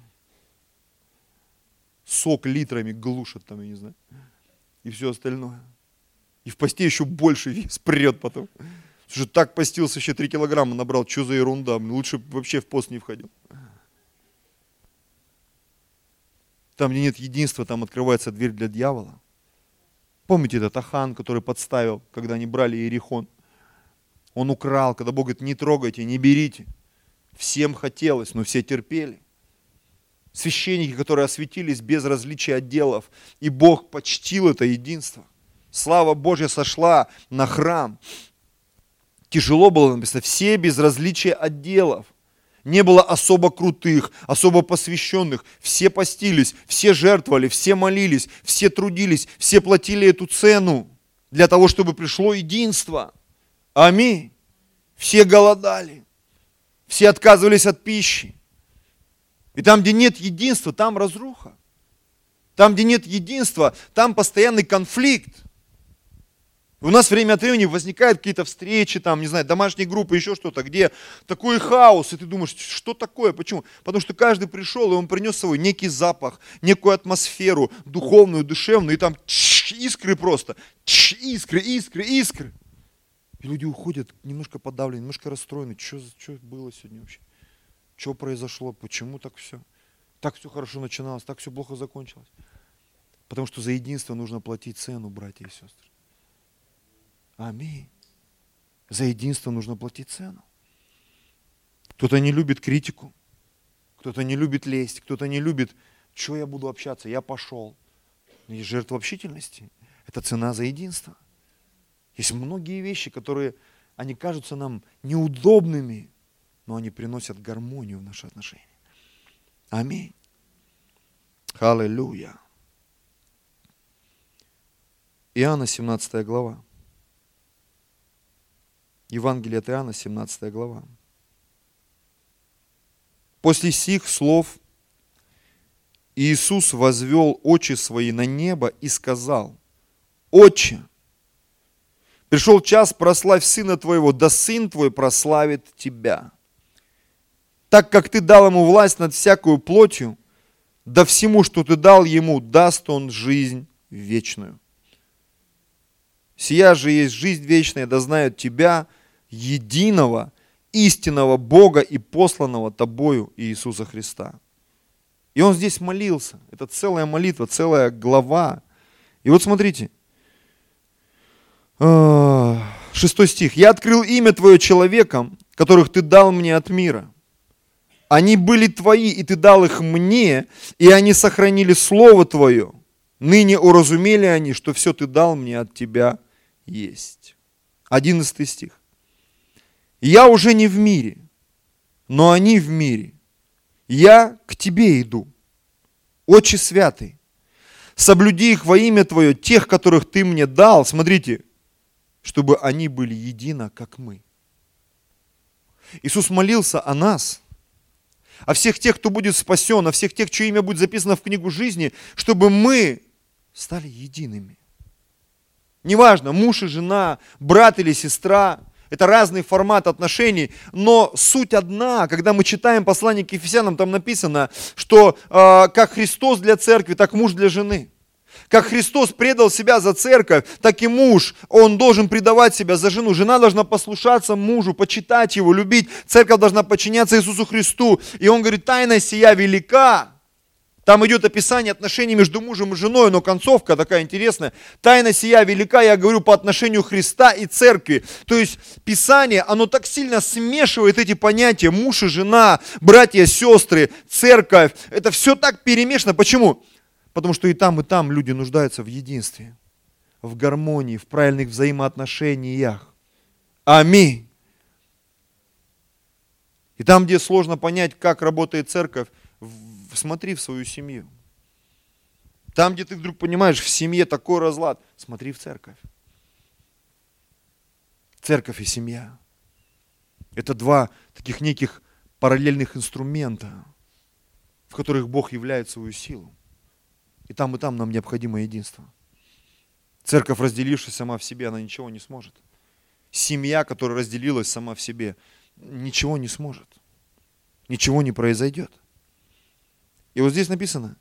Сок литрами глушат там, я не знаю. И все остальное. И в посте еще больше вес прет потом. Слушай, так постился, еще три килограмма набрал. Что за ерунда? Лучше вообще в пост не входил. Там, где нет единства, там открывается дверь для дьявола. Помните этот Ахан, который подставил, когда они брали Иерихон? Он украл, когда Бог говорит, не трогайте, не берите. Всем хотелось, но все терпели. Священники, которые осветились без различия отделов. И Бог почтил это единство. Слава Божья сошла на храм. Тяжело было написано, все без различия отделов. Не было особо крутых, особо посвященных. Все постились, все жертвовали, все молились, все трудились, все платили эту цену для того, чтобы пришло единство. Аминь. Все голодали, все отказывались от пищи. И там, где нет единства, там разруха. Там, где нет единства, там постоянный конфликт. У нас время от времени возникают какие-то встречи, там, не знаю, домашние группы, еще что-то, где такой хаос, и ты думаешь, что такое, почему? Потому что каждый пришел, и он принес с собой некий запах, некую атмосферу, духовную, душевную, и там чш, искры просто, чш, искры, искры, искры. И люди уходят немножко подавлены, немножко расстроены, что, что было сегодня вообще? Что произошло, почему так все? Так все хорошо начиналось, так все плохо закончилось. Потому что за единство нужно платить цену, братья и сестры. Аминь. За единство нужно платить цену. Кто-то не любит критику, кто-то не любит лесть, кто-то не любит, что я буду общаться, я пошел. Есть жертва общительности. Это цена за единство. Есть многие вещи, которые, они кажутся нам неудобными, но они приносят гармонию в наши отношения. Аминь. Аллилуйя. Иоанна семнадцатая глава. Евангелие от Иоанна, семнадцатая глава. После сих слов Иисус возвел очи свои на небо и сказал: Отче, пришел час, прославь Сына Твоего, да Сын Твой прославит Тебя. Так как Ты дал Ему власть над всякою плотью, да всему, что Ты дал Ему, даст Он жизнь вечную. Сия же есть жизнь вечная, да знают Тебя, единого, истинного Бога и посланного Тобою Иисуса Христа. И он здесь молился. Это целая молитва, целая глава. И вот смотрите, шестой стих. «Я открыл имя Твое человекам, которых Ты дал мне от мира. Они были Твои, и Ты дал их мне, и они сохранили Слово Твое. Ныне уразумели они, что все Ты дал мне от Тебя есть». Одиннадцатый стих. «Я уже не в мире, но они в мире. Я к Тебе иду, Отче святый. соблюди их во имя Твое, тех, которых Ты мне дал, смотрите, чтобы они были едино, как мы. Иисус молился о нас, о всех тех, кто будет спасен, о всех тех, чье имя будет записано в книгу жизни, чтобы мы стали едиными. Неважно, муж и жена, брат или сестра, это разный формат отношений, но суть одна. Когда мы читаем послание к Ефесянам, там написано, что э, как Христос для церкви, так муж для жены. Как Христос предал себя за церковь, так и муж, он должен предавать себя за жену. Жена должна послушаться мужу, почитать его, любить. Церковь должна подчиняться Иисусу Христу. И он говорит, тайна сия велика. Там идет описание отношений между мужем и женой, но концовка такая интересная. Тайна сия велика, я говорю, по отношению Христа и церкви. То есть Писание, оно так сильно смешивает эти понятия. Муж и жена, братья, сестры, церковь. Это все так перемешано. Почему? Потому что и там, и там люди нуждаются в единстве, в гармонии, в правильных взаимоотношениях. Аминь. И там, где сложно понять, как работает церковь, смотри в свою семью. Там, где ты вдруг понимаешь, в семье такой разлад, смотри в церковь. Церковь и семья. Это два таких неких параллельных инструмента, в которых Бог являет свою силу. И там, и там нам необходимо единство. Церковь, разделившись сама в себе, она ничего не сможет. Семья, которая разделилась сама в себе, ничего не сможет. Ничего не произойдет. И вот здесь написано,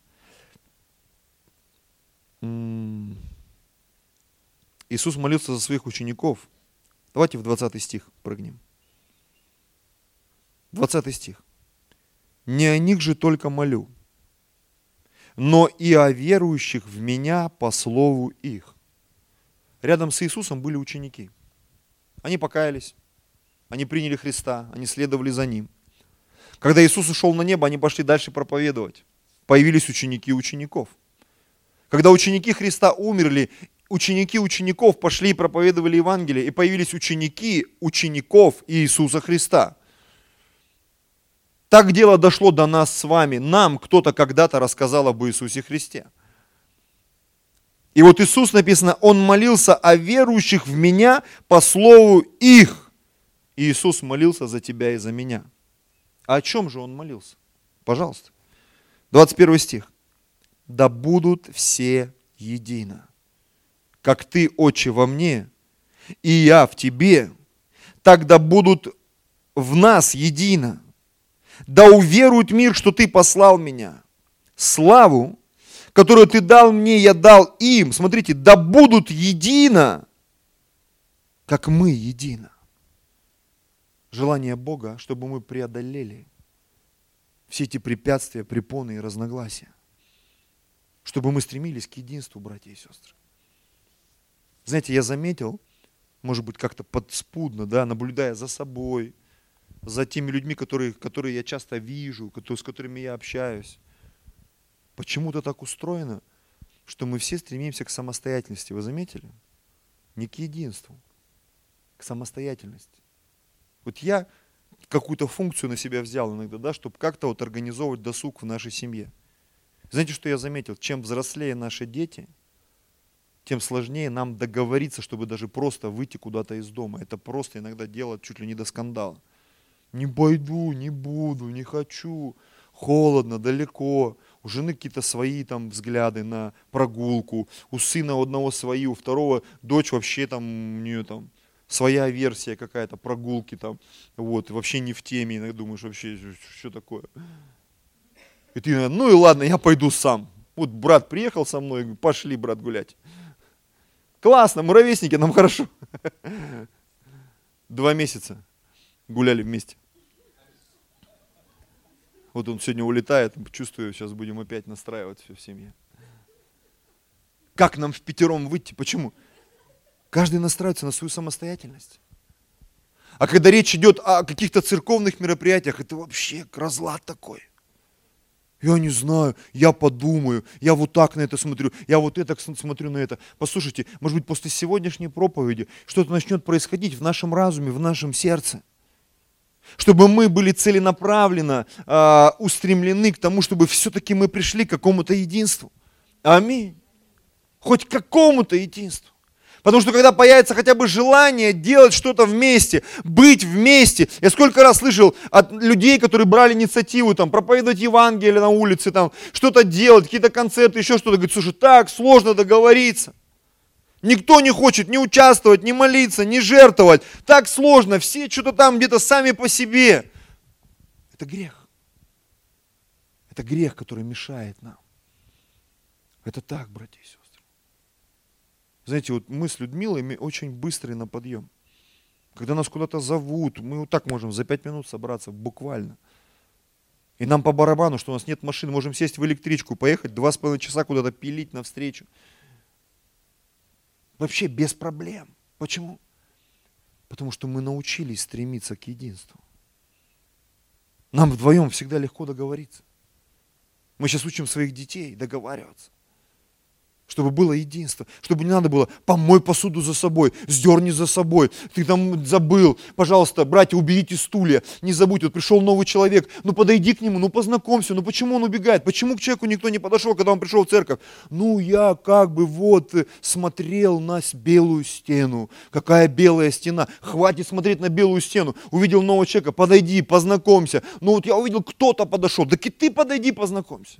Иисус молился за своих учеников. Давайте в двадцатый стих прыгнем. двадцатый стих. «Не о них же только молю, но и о верующих в Меня по слову их». Рядом с Иисусом были ученики. Они покаялись, они приняли Христа, они следовали за Ним. Когда Иисус ушел на небо, они пошли дальше проповедовать. Появились ученики учеников. Когда ученики Христа умерли, ученики учеников пошли и проповедовали Евангелие, и появились ученики учеников Иисуса Христа. Так дело дошло до нас с вами. Нам кто-то когда-то рассказал об Иисусе Христе. И вот Иисус, написано, Он молился о верующих в Меня по слову их. И Иисус молился за тебя и за меня. А о чем же Он молился? Пожалуйста. двадцать первый стих. «Да будут все едино, как Ты, Отче, во мне, и я в Тебе, так да будут в нас едино. Да уверует мир, что Ты послал Меня. Славу, которую Ты дал мне, я дал им». Смотрите, «да будут едино, как мы едино». Желание Бога, чтобы мы преодолели все эти препятствия, препоны и разногласия. Чтобы мы стремились к единству, братья и сестры. Знаете, я заметил, может быть, как-то подспудно, да, наблюдая за собой, за теми людьми, которые, которые я часто вижу, которые, с которыми я общаюсь. Почему-то так устроено, что мы все стремимся к самостоятельности. Вы заметили? Не к единству, к самостоятельности. Вот я какую-то функцию на себя взял иногда, да, чтобы как-то вот организовывать досуг в нашей семье. Знаете, что я заметил? Чем взрослее наши дети, тем сложнее нам договориться, чтобы даже просто выйти куда-то из дома. Это просто иногда делать чуть ли не до скандала. Не пойду, не буду, не хочу, холодно, далеко. У жены какие-то свои там взгляды на прогулку, у сына у одного свои, у второго дочь вообще там, у нее там своя версия какая-то, прогулки там, вот, вообще не в теме, иногда думаешь, вообще, что такое. И ты, ну и ладно, я пойду сам. Вот брат приехал со мной, пошли, брат, гулять. Классно, мы ровесники, нам хорошо. Два месяца гуляли вместе. Вот он сегодня улетает, чувствую, сейчас будем опять настраивать все в семье. Как нам в пятером выйти? Почему? Каждый настраивается на свою самостоятельность. А когда речь идет о каких-то церковных мероприятиях, это вообще разлад такой. Я не знаю, я подумаю, я вот так на это смотрю, я вот это смотрю на это. Послушайте, может быть, после сегодняшней проповеди что-то начнет происходить в нашем разуме, в нашем сердце. Чтобы мы были целенаправленно э, устремлены к тому, чтобы все-таки мы пришли к какому-то единству. Аминь. Хоть к какому-то единству. Потому что когда появится хотя бы желание делать что-то вместе, быть вместе. Я сколько раз слышал от людей, которые брали инициативу, там, проповедовать Евангелие на улице, там, что-то делать, какие-то концерты, еще что-то. Говорит, слушай, так сложно договориться. Никто не хочет ни участвовать, ни молиться, ни жертвовать. Так сложно, все что-то там где-то сами по себе. Это грех. Это грех, который мешает нам. Это так, братья и сестры. Знаете, вот мы с Людмилой, мы очень быстрые на подъем. Когда нас куда-то зовут, мы вот так можем за пять минут собраться, буквально. И нам по барабану, что у нас нет машины, можем сесть в электричку, поехать два с половиной часа куда-то пилить навстречу. Вообще без проблем. Почему? Потому что мы научились стремиться к единству. Нам вдвоем всегда легко договориться. Мы сейчас учим своих детей договариваться. Чтобы было единство, чтобы не надо было помой посуду за собой, сдерни за собой, ты там забыл, пожалуйста, братья, уберите стулья, не забудь, вот пришел новый человек, ну подойди к нему, ну познакомься, ну почему он убегает, почему к человеку никто не подошел, когда он пришел в церковь? Ну я как бы вот смотрел на белую стену, какая белая стена, хватит смотреть на белую стену, увидел нового человека, подойди, познакомься, ну вот я увидел, кто-то подошел, так и ты подойди, познакомься.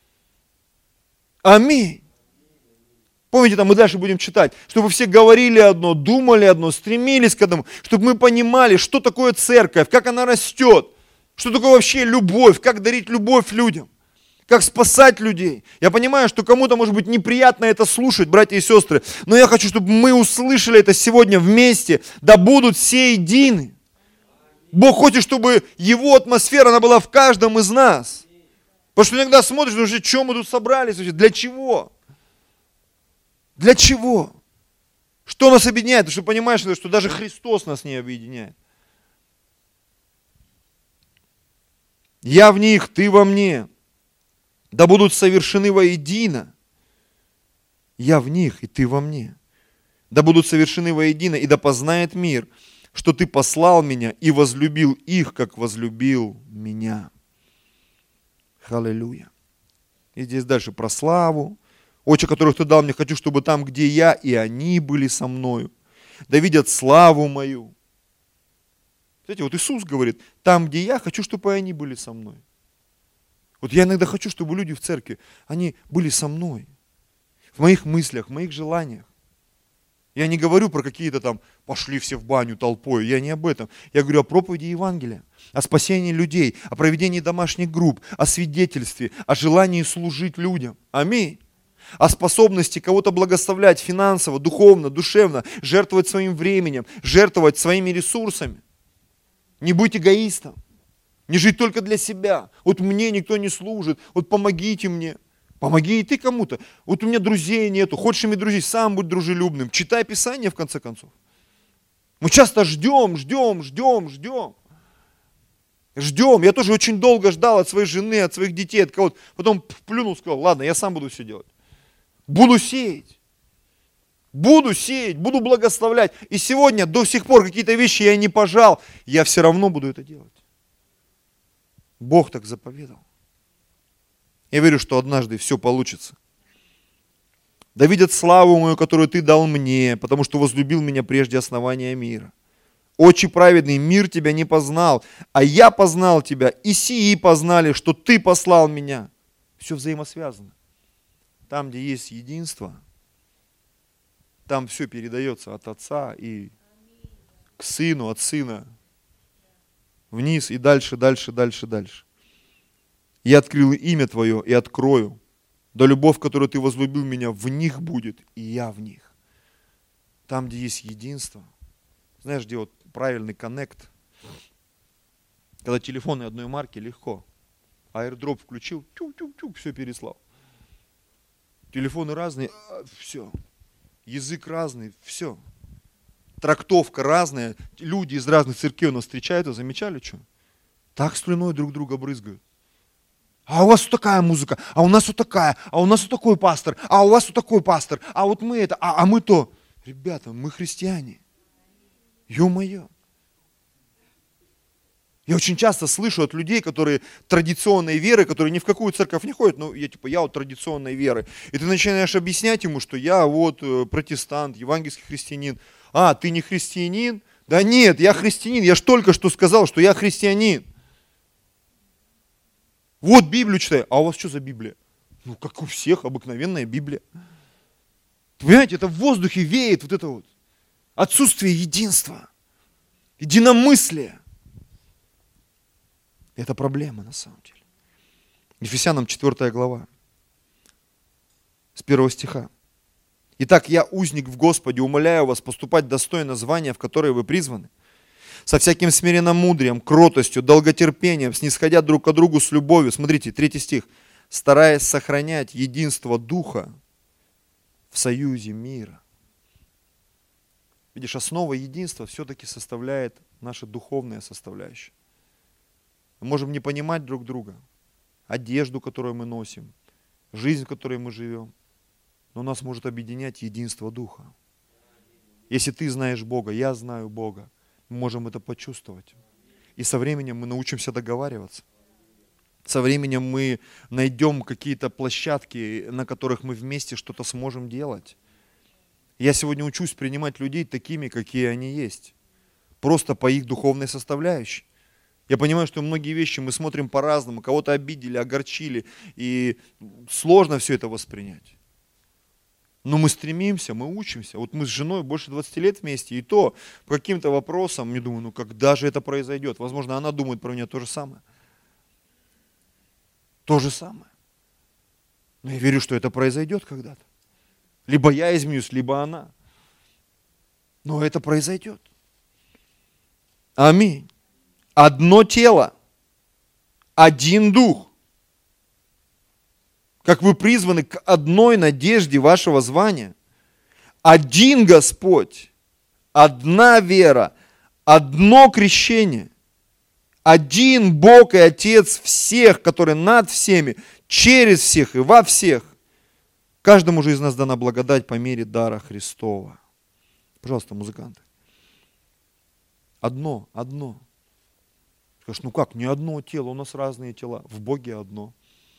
Аминь. Помните, там мы дальше будем читать, чтобы все говорили одно, думали одно, стремились к этому, чтобы мы понимали, что такое церковь, как она растет, что такое вообще любовь, как дарить любовь людям, как спасать людей. Я понимаю, что кому-то может быть неприятно это слушать, братья и сестры, но я хочу, чтобы мы услышали это сегодня вместе, да будут все едины. Бог хочет, чтобы Его атмосфера, она была в каждом из нас. Потому что иногда смотришь, ну, что мы тут собрались, для чего? Для чего? Что нас объединяет? Потому что понимаешь, что даже Христос нас не объединяет. Я в них, ты во мне. Да будут совершены воедино. Я в них, и ты во мне. Да будут совершены воедино, и да познает мир, что ты послал меня и возлюбил их, как возлюбил меня. Аллилуйя. И здесь дальше про славу. Отче, которых ты дал мне, хочу, чтобы там, где я, и они были со мною. Да видят славу мою. Знаете, вот Иисус говорит, там, где я, хочу, чтобы и они были со мной. Вот я иногда хочу, чтобы люди в церкви, они были со мной. В моих мыслях, в моих желаниях. Я не говорю про какие-то там, пошли все в баню толпой, я не об этом. Я говорю о проповеди Евангелия, о спасении людей, о проведении домашних групп, о свидетельстве, о желании служить людям. Аминь. О способности кого-то благословлять финансово, духовно, душевно, жертвовать своим временем, жертвовать своими ресурсами. Не быть эгоистом, не жить только для себя. Вот мне никто не служит, вот помогите мне. Помоги и ты кому-то. Вот у меня друзей нету, хочешь иметь друзей, сам будь дружелюбным. Читай Писание в конце концов. Мы часто ждем, ждем, ждем, ждем. Ждем. Я тоже очень долго ждал от своей жены, от своих детей, от кого-то. Потом плюнул, сказал, ладно, я сам буду все делать. Буду сеять. Буду сеять, буду благословлять. И сегодня до сих пор какие-то вещи я не пожал, я все равно буду это делать. Бог так заповедал. Я верю, что однажды все получится. Да видят славу мою, которую ты дал мне, потому что возлюбил меня прежде основания мира. Отче праведный, мир тебя не познал, а я познал тебя, и сии познали, что ты послал меня. Все взаимосвязано. Там, где есть единство, там все передается от Отца и к Сыну, от Сына вниз и дальше, дальше, дальше, дальше. Я открыл имя Твое и открою, да любовь, которую Ты возлюбил меня, в них будет, и я в них. Там, где есть единство, знаешь, где вот правильный коннект, когда телефоны одной марки, легко. Аирдроп включил, тюк-тюк-тюк, все переслал. Телефоны разные, все. Язык разный, все. Трактовка разная. Люди из разных церквей у нас встречаются, замечали, что? Так слюной друг друга брызгают. А у вас вот такая музыка, а у нас вот такая, а у нас вот такой пастор, а у вас вот такой пастор, а вот мы это, а, а мы то. Ребята, мы христиане. Ё-моё. Я очень часто слышу от людей, которые традиционной веры, которые ни в какую церковь не ходят, ну, я типа, я вот традиционной веры. И ты начинаешь объяснять ему, что я вот протестант, евангельский христианин. А, ты не христианин? Да нет, я христианин, я ж только что сказал, что я христианин. Вот Библию читаю. А у вас что за Библия? Ну, как у всех, обыкновенная Библия. Понимаете, это в воздухе веет вот это вот отсутствие единства, единомыслия. Это проблема на самом деле. Ефесянам четвёртая глава, с первого стиха. «Итак, я, узник в Господе, умоляю вас поступать достойно звания, в которое вы призваны, со всяким смиренномудрием, кротостью, долготерпением, снисходя друг к другу с любовью». Смотрите, третий стих. «Стараясь сохранять единство Духа в союзе мира». Видишь, основа единства все-таки составляет наша духовная составляющая. Мы можем не понимать друг друга, одежду, которую мы носим, жизнь, в которой мы живем, но нас может объединять единство Духа. Если ты знаешь Бога, я знаю Бога, мы можем это почувствовать. И со временем мы научимся договариваться. Со временем мы найдем какие-то площадки, на которых мы вместе что-то сможем делать. Я сегодня учусь принимать людей такими, какие они есть. Просто по их духовной составляющей. Я понимаю, что многие вещи мы смотрим по-разному, кого-то обидели, огорчили, и сложно все это воспринять. Но мы стремимся, мы учимся. Вот мы с женой больше двадцати лет вместе, и то по каким-то вопросам, мне думаю, ну когда же это произойдет? Возможно, она думает про меня то же самое. То же самое. Но я верю, что это произойдет когда-то. Либо я изменюсь, либо она. Но это произойдет. Аминь. Одно тело, один дух. Как вы призваны к одной надежде вашего звания. Один Господь, одна вера, одно крещение. Один Бог и Отец всех, который над всеми, через всех и во всех. Каждому же из нас дана благодать по мере дара Христова. Пожалуйста, музыканты. Одно, одно. Скажешь, ну как, не одно тело, у нас разные тела. В Боге одно.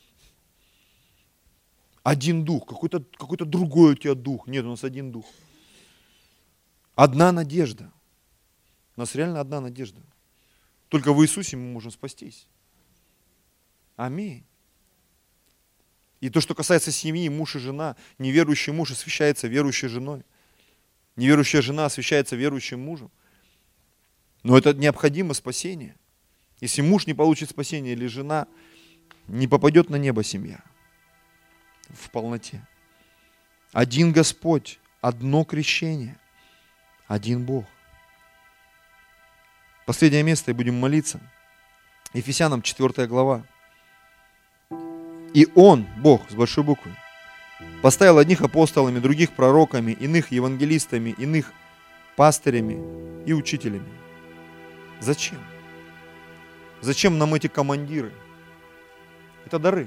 Один дух, какой-то, какой-то другой у тебя дух. Нет, у нас один дух. Одна надежда. У нас реально одна надежда. Только в Иисусе мы можем спастись. Аминь. И то, что касается семьи, муж и жена, неверующий муж освящается верующей женой. Неверующая жена освящается верующим мужем. Но это необходимо спасение. Если муж не получит спасение или жена, не попадет на небо семья в полноте. Один Господь, одно крещение, один Бог. Последнее место, и будем молиться. Ефесянам четвёртая глава. И Он, Бог, с большой буквы, поставил одних апостолами, других пророками, иных евангелистами, иных пастырями и учителями. Зачем? Зачем нам эти командиры? Это дары.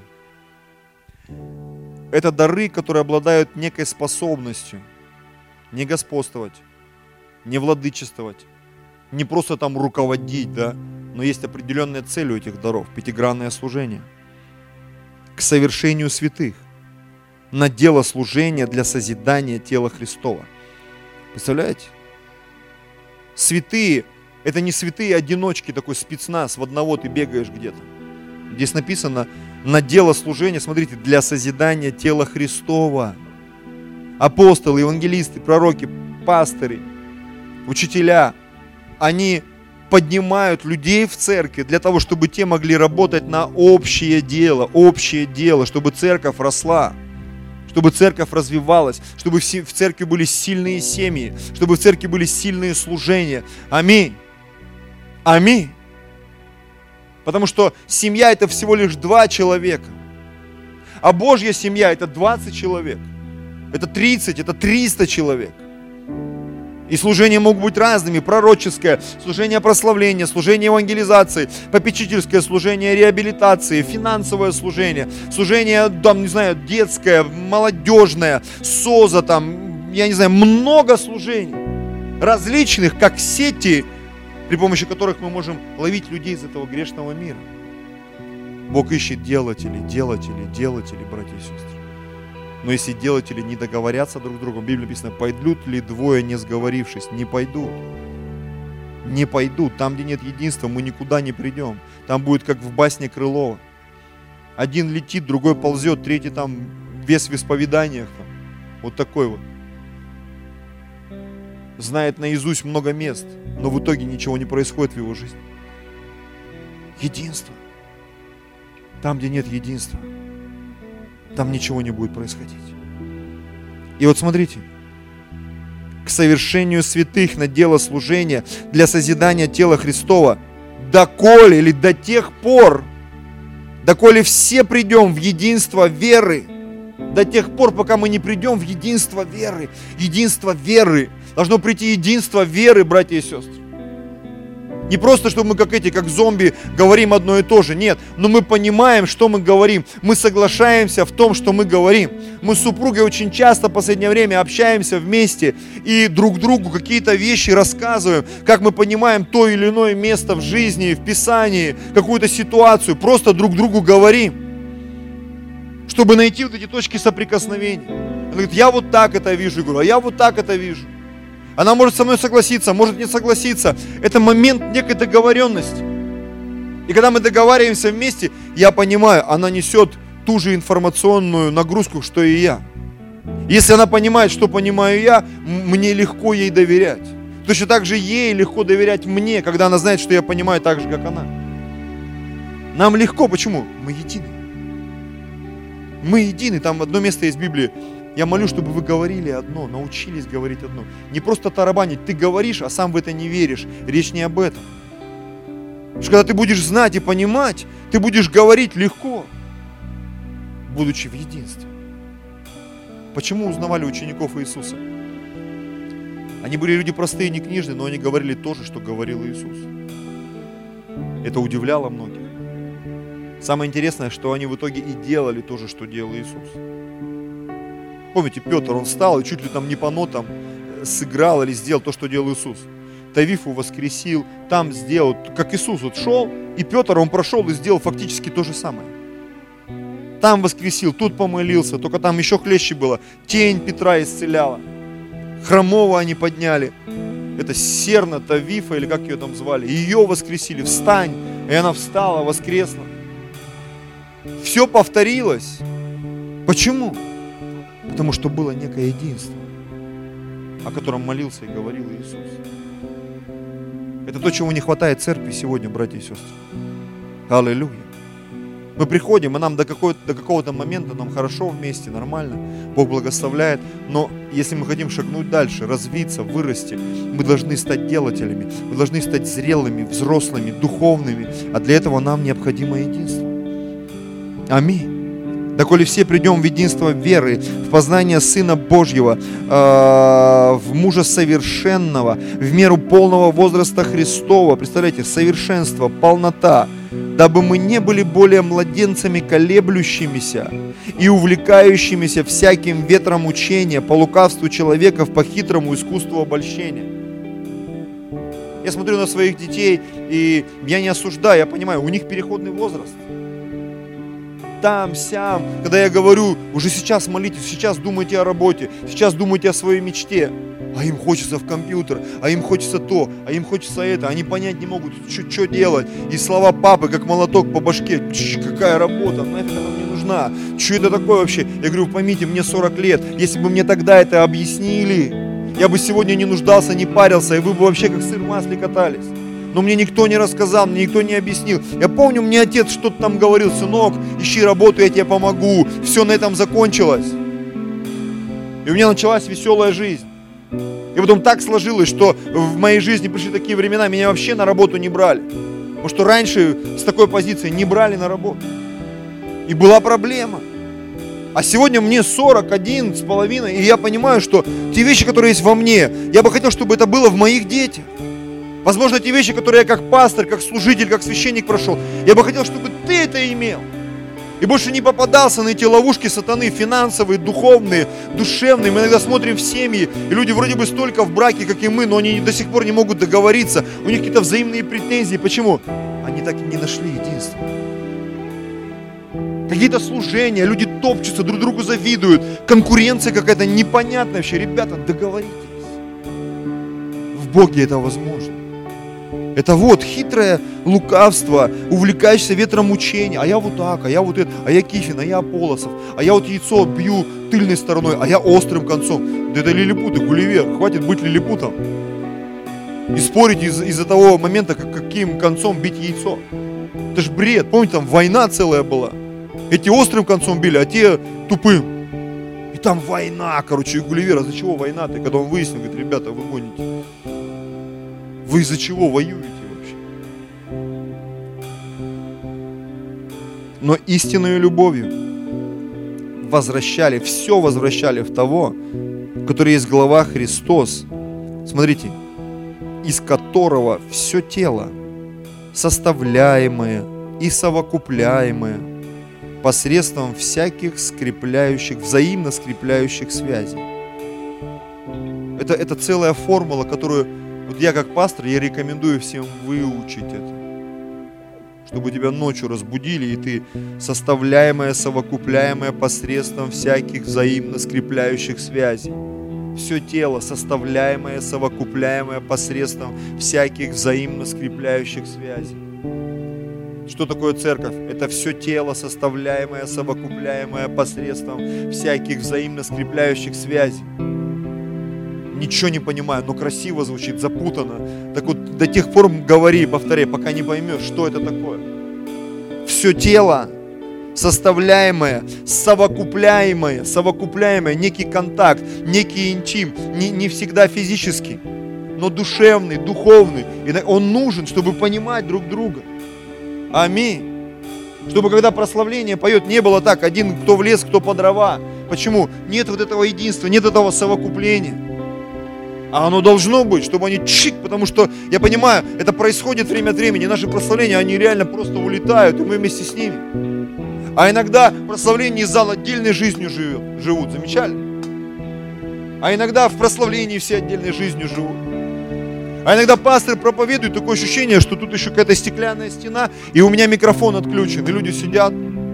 Это дары, которые обладают некой способностью не господствовать, не владычествовать, не просто там руководить, да, но есть определенная цель у этих даров, пятигранное служение. К совершению святых, на дело служения для созидания тела Христова. Представляете? Святые – это не святые одиночки, такой спецназ, в одного ты бегаешь где-то. Здесь написано на дело служения, смотрите, для созидания тела Христова. Апостолы, евангелисты, пророки, пастыри, учителя, они поднимают людей в церкви для того, чтобы те могли работать на общее дело, общее дело, чтобы церковь росла, чтобы церковь развивалась, чтобы в церкви были сильные семьи, чтобы в церкви были сильные служения. Аминь. Аминь. Потому что семья – это всего лишь два человека. А Божья семья – это двадцать человек. Это тридцать, это триста человек. И служения могут быть разными. Пророческое, служение прославления, служение евангелизации, попечительское служение реабилитации, финансовое служение, служение, там, не знаю, детское, молодежное, СОЗа, там, я не знаю, много служений. Различных, как сети при помощи которых мы можем ловить людей из этого грешного мира. Бог ищет делателей, делателей, делателей, братья и сестры. Но если делатели не договорятся друг с другом, в Библии написано, пойдут ли двое, не сговорившись? Не пойдут. Не пойдут. Там, где нет единства, мы никуда не придем. Там будет, как в басне Крылова. Один летит, другой ползет, третий там вес в исповеданиях. Там. Вот такой вот. Знает наизусть много мест, но в итоге ничего не происходит в его жизни. Единство. Там, где нет единства, там ничего не будет происходить. И вот смотрите, к совершению святых на дело служения для созидания тела Христова, доколе или до тех пор, доколе все придем в единство веры, до тех пор, пока мы не придем в единство веры, единство веры, должно прийти единство веры, братья и сестры. Не просто, чтобы мы как эти, как зомби, говорим одно и то же. Нет, но мы понимаем, что мы говорим. Мы соглашаемся в том, что мы говорим. Мы с супругой очень часто в последнее время общаемся вместе и друг другу какие-то вещи рассказываем, как мы понимаем то или иное место в жизни, в Писании, какую-то ситуацию. Просто друг другу говорим, чтобы найти вот эти точки соприкосновения. Она говорит, я вот так это вижу, я говорю, а я вот так это вижу. Она может со мной согласиться, может не согласиться. Это момент некой договоренности. И когда мы договариваемся вместе, я понимаю, она несет ту же информационную нагрузку, что и я. Если она понимает, что понимаю я, мне легко ей доверять. Точно так же ей легко доверять мне, когда она знает, что я понимаю так же, как она. Нам легко, почему? Мы едины. Мы едины. Там одно место есть в Библии. Я молю, чтобы вы говорили одно, научились говорить одно. Не просто тарабанить, ты говоришь, а сам в это не веришь. Речь не об этом. Потому что когда ты будешь знать и понимать, ты будешь говорить легко, будучи в единстве. Почему узнавали учеников Иисуса? Они были люди простые, не книжные, но они говорили то же, что говорил Иисус. Это удивляло многих. Самое интересное, что они в итоге и делали то же, что делал Иисус. Помните, Петр, он встал и чуть ли там не по нотам сыграл или сделал то, что делал Иисус. Тавифу воскресил, там сделал, как Иисус вот шел, и Петр, он прошел и сделал фактически то же самое. Там воскресил, тут помолился, только там еще хлеще было. Тень Петра исцеляла. Хромого они подняли. Это Серна, Тавифа, или как ее там звали. Ее воскресили, встань. И она встала, воскресла. Все повторилось. Почему? Потому что было некое единство, о котором молился и говорил Иисус. Это то, чего не хватает церкви сегодня, братья и сестры. Аллилуйя. Мы приходим, и нам до, до какого-то момента нам хорошо вместе, нормально. Бог благословляет. Но если мы хотим шагнуть дальше, развиться, вырасти, мы должны стать делателями. Мы должны стать зрелыми, взрослыми, духовными. А для этого нам необходимо единство. Аминь. Доколе все придем в единство веры, в познание Сына Божьего, э, в мужа совершенного, в меру полного возраста Христова. Представляете, совершенство, полнота. Дабы мы не были более младенцами, колеблющимися и увлекающимися всяким ветром учения, по лукавству человеков, по хитрому искусству обольщения. Я смотрю на своих детей, и я не осуждаю, я понимаю, у них переходный возраст. Там, сям, когда я говорю, уже сейчас молитесь, сейчас думайте о работе, сейчас думайте о своей мечте, а им хочется в компьютер, а им хочется то, а им хочется это, они понять не могут, что делать, и слова папы, как молоток по башке, какая работа, нафиг она мне нужна, что это такое вообще? Я говорю, поймите, мне сорок лет, если бы мне тогда это объяснили, я бы сегодня не нуждался, не парился, и вы бы вообще как сыр в масле катались. Но мне никто не рассказал, мне никто не объяснил. Я помню, мне отец что-то там говорил, сынок, ищи работу, я тебе помогу. Все на этом закончилось. И у меня началась веселая жизнь. И потом так сложилось, что в моей жизни пришли такие времена, меня вообще на работу не брали. Потому что раньше с такой позиции не брали на работу. И была проблема. А сегодня мне сорок один с половиной, и я понимаю, что те вещи, которые есть во мне, я бы хотел, чтобы это было в моих детях. Возможно, те вещи, которые я как пастор, как служитель, как священник прошел, я бы хотел, чтобы ты это имел. И больше не попадался на эти ловушки сатаны, финансовые, духовные, душевные. Мы иногда смотрим в семьи, и люди вроде бы столько в браке, как и мы, но они до сих пор не могут договориться. У них какие-то взаимные претензии. Почему? Они так и не нашли единства. Какие-то служения, люди топчутся, друг другу завидуют. Конкуренция какая-то непонятная вообще. Ребята, договоритесь. В Боге это возможно. Это вот хитрое лукавство, увлекаешься ветром учения. А я вот так, а я вот это, а я Кифин, а я Аполосов, а я вот яйцо бью тыльной стороной, а я острым концом. Да это лилипуты, Гулливер, хватит быть лилипутом. И спорить из- из-за того момента, как- каким концом бить яйцо. Это ж бред. Помните, там война целая была. Эти острым концом били, а те тупым. И там война, короче, и Гулливер. А за чего война-то? И когда он выяснил, говорит, ребята, вы гоните. Вы из-за чего воюете вообще? Но истинную любовью возвращали, все возвращали в того, который есть глава Христос. Смотрите, из которого все тело, составляемое и совокупляемое посредством всяких скрепляющих, взаимно скрепляющих связей. Это, это целая формула, которую вот я как пастор, я рекомендую всем выучить это. Чтобы тебя ночью разбудили, и ты составляемое, совокупляемое посредством всяких взаимно скрепляющих связей. Все тело составляемое, совокупляемое посредством всяких взаимно скрепляющих связей. Что такое церковь? Это все тело, составляемое, совокупляемое посредством всяких взаимно скрепляющих связей. Ничего не понимаю, но красиво звучит, запутанно. Так вот, до тех пор говори, повторяй, пока не поймешь, что это такое. Все тело, составляемое, совокупляемое, совокупляемое, некий контакт, некий интим, не, не всегда физический, но душевный, духовный. И он нужен, чтобы понимать друг друга. Аминь. Чтобы когда прославление поет, не было так, один кто в лес, кто по дрова. Почему? Нет вот этого единства, нет этого совокупления. А оно должно быть, чтобы они чик, потому что, я понимаю, это происходит время от времени, наши прославления, они реально просто улетают, и мы вместе с ними. А иногда прославление из зала отдельной жизнью живет, живут, замечали? А иногда в прославлении все отдельной жизнью живут. А иногда пастор проповедует, такое ощущение, что тут еще какая-то стеклянная стена, и у меня микрофон отключен, и люди сидят.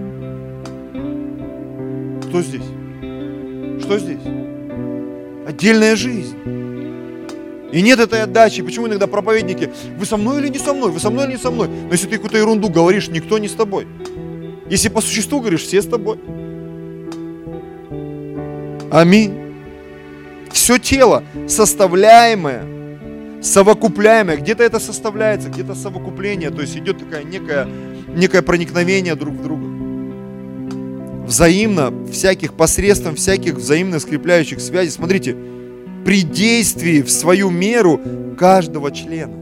Кто здесь? Что здесь? Отдельная жизнь. И нет этой отдачи. Почему иногда проповедники, вы со мной или не со мной, вы со мной или не со мной? Но если ты какую-то ерунду говоришь, никто не с тобой. Если по существу говоришь, все с тобой. Аминь. Все тело, составляемое, совокупляемое, где-то это составляется, где-то совокупление, то есть идет такое некое, некое проникновение друг в друга. Взаимно, всяких, посредством всяких взаимно скрепляющих связей. Смотрите, при действии в свою меру каждого члена.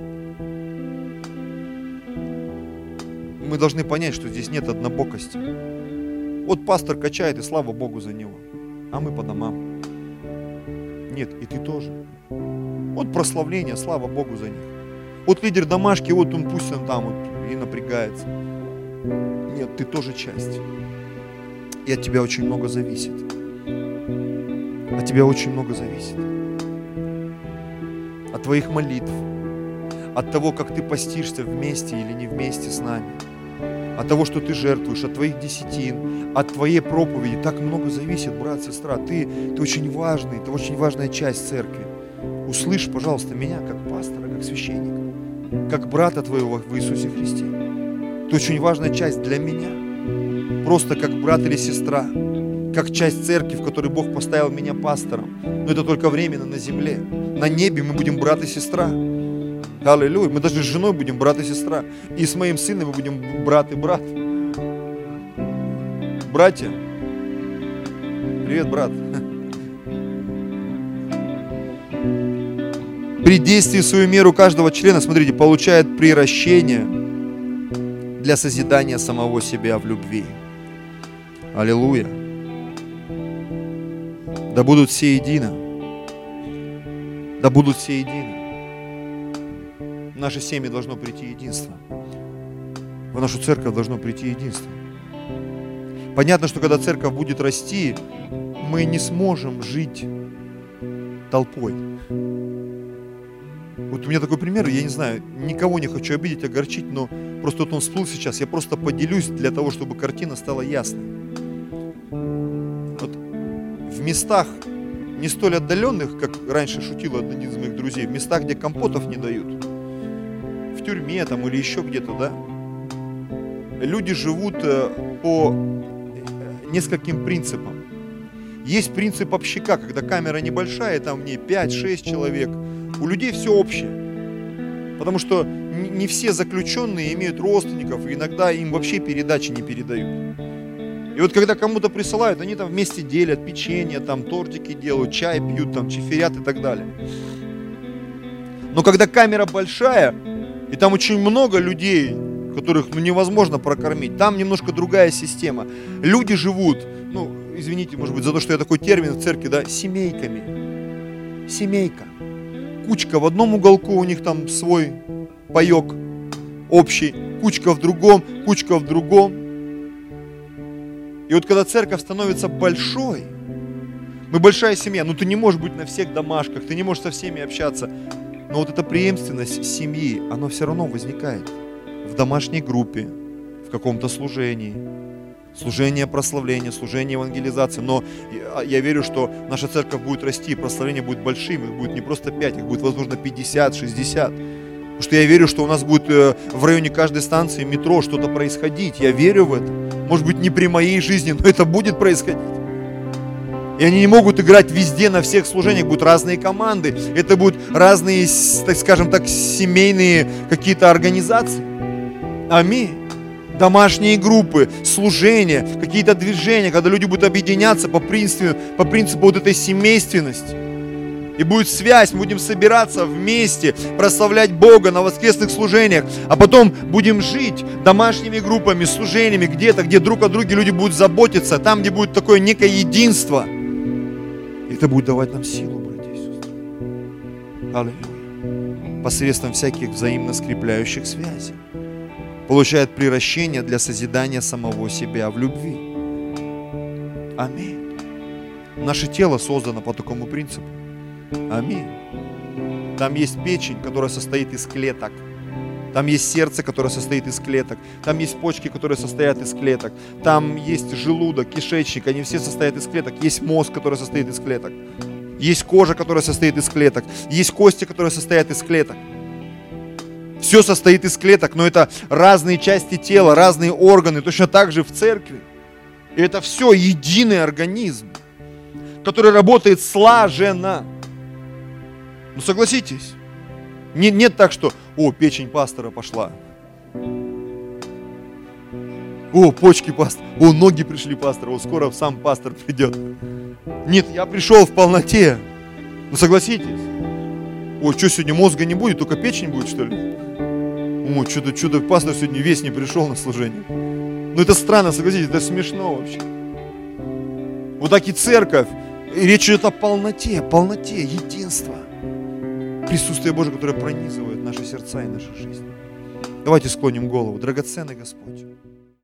Мы должны понять, что здесь нет однобокости. Вот пастор качает, и слава Богу за него. А мы по домам. Нет, и ты тоже. Вот прославление, слава Богу за них. Вот лидер домашки, вот он пусть он там вот и напрягается. Нет, ты тоже часть. И от тебя очень много зависит. От тебя очень много зависит. От твоих молитв. От того, как ты постишься вместе или не вместе с нами. От того, что ты жертвуешь, от твоих десятин, от твоей проповеди. Так много зависит, брат, сестра. Ты, ты очень важный, ты очень важная часть церкви. Услышь, пожалуйста, меня как пастора, как священника, как брата твоего в Иисусе Христе. Ты очень важная часть для меня. Просто как брат или сестра. Как часть церкви, в которой Бог поставил меня пастором. Но это только временно на земле. На небе мы будем брат и сестра. Аллилуйя. Мы даже с женой будем брат и сестра. И с моим сыном мы будем брат и брат. Братья. Привет, брат. При действии в свою меру каждого члена, смотрите, получает приращение для созидания самого себя в любви. Аллилуйя. Да будут все едины. Да будут все едины. В нашей семье должно прийти единство. В нашу церковь должно прийти единство. Понятно, что когда церковь будет расти, мы не сможем жить толпой. Вот у меня такой пример, я не знаю, никого не хочу обидеть, огорчить, но просто вот он всплыл сейчас, я просто поделюсь для того, чтобы картина стала ясной. Вот в местах не столь отдаленных, как раньше шутил один из моих друзей, в местах, где компотов не дают, в тюрьме там или еще где-то, да, люди живут по нескольким принципам. Есть принцип общака, когда камера небольшая, там в ней пять-шесть человек. У людей все общее. Потому что не все заключенные имеют родственников, и иногда им вообще передачи не передают. И вот когда кому-то присылают, они там вместе делят печенье, там тортики делают, чай пьют, там чиферят и так далее. Но когда камера большая, и там очень много людей, которых ну, невозможно прокормить, там немножко другая система. Люди живут, ну, извините, может быть, за то, что я такой термин в церкви, да, семейками. Семейка. Кучка в одном уголку, у них там свой паек общий, кучка в другом, кучка в другом. И вот когда церковь становится большой, мы большая семья, ну ты не можешь быть на всех домашках, ты не можешь со всеми общаться, но вот эта преемственность семьи, она все равно возникает в домашней группе, в каком-то служении. Служение прославления, служение евангелизации. Но я, я верю, что наша церковь будет расти, прославление будет большим, их будет не просто пять, их будет, возможно, пятьдесят, шестьдесят. Потому что я верю, что у нас будет в районе каждой станции метро что-то происходить. Я верю в это. Может быть, не при моей жизни, но это будет происходить. И они не могут играть везде, на всех служениях. Будут разные команды. Это будут разные, так скажем так, семейные какие-то организации. Аминь. Домашние группы, служения, какие-то движения, когда люди будут объединяться по принципу, по принципу вот этой семейственности. И будет связь, мы будем собираться вместе, прославлять Бога на воскресных служениях, а потом будем жить домашними группами, служениями где-то, где друг о друге люди будут заботиться, там, где будет такое некое единство. И это будет давать нам силу, братья и сестры. Аллилуйя. Посредством всяких взаимно скрепляющих связей. Получает приращение для созидания самого себя в любви. Аминь. Наше тело создано по такому принципу. Аминь. Там есть печень, которая состоит из клеток. Там есть сердце, которое состоит из клеток. Там есть почки, которые состоят из клеток. Там есть желудок, кишечник, они все состоят из клеток. Есть мозг, который состоит из клеток. Есть кожа, которая состоит из клеток. Есть кости, которые состоят из клеток. Все состоит из клеток, но это разные части тела, разные органы, точно так же в церкви. И это все единый организм, который работает слаженно. Ну согласитесь, нет, нет так, что о, печень пастора пошла. О, почки пастора, о, ноги пришли пастора, вот скоро сам пастор придет. Нет, я пришел в полноте. Ну согласитесь. О, что сегодня мозга не будет, только печень будет, что ли? О, что-то, что-то пастор сегодня весь не пришел на служение. Ну это странно, согласитесь, это смешно вообще. Вот так и церковь. И речь идет о полноте, полноте, единства. Присутствие Божие, которое пронизывает наши сердца и нашу жизнь. Давайте склоним голову. Драгоценный Господь.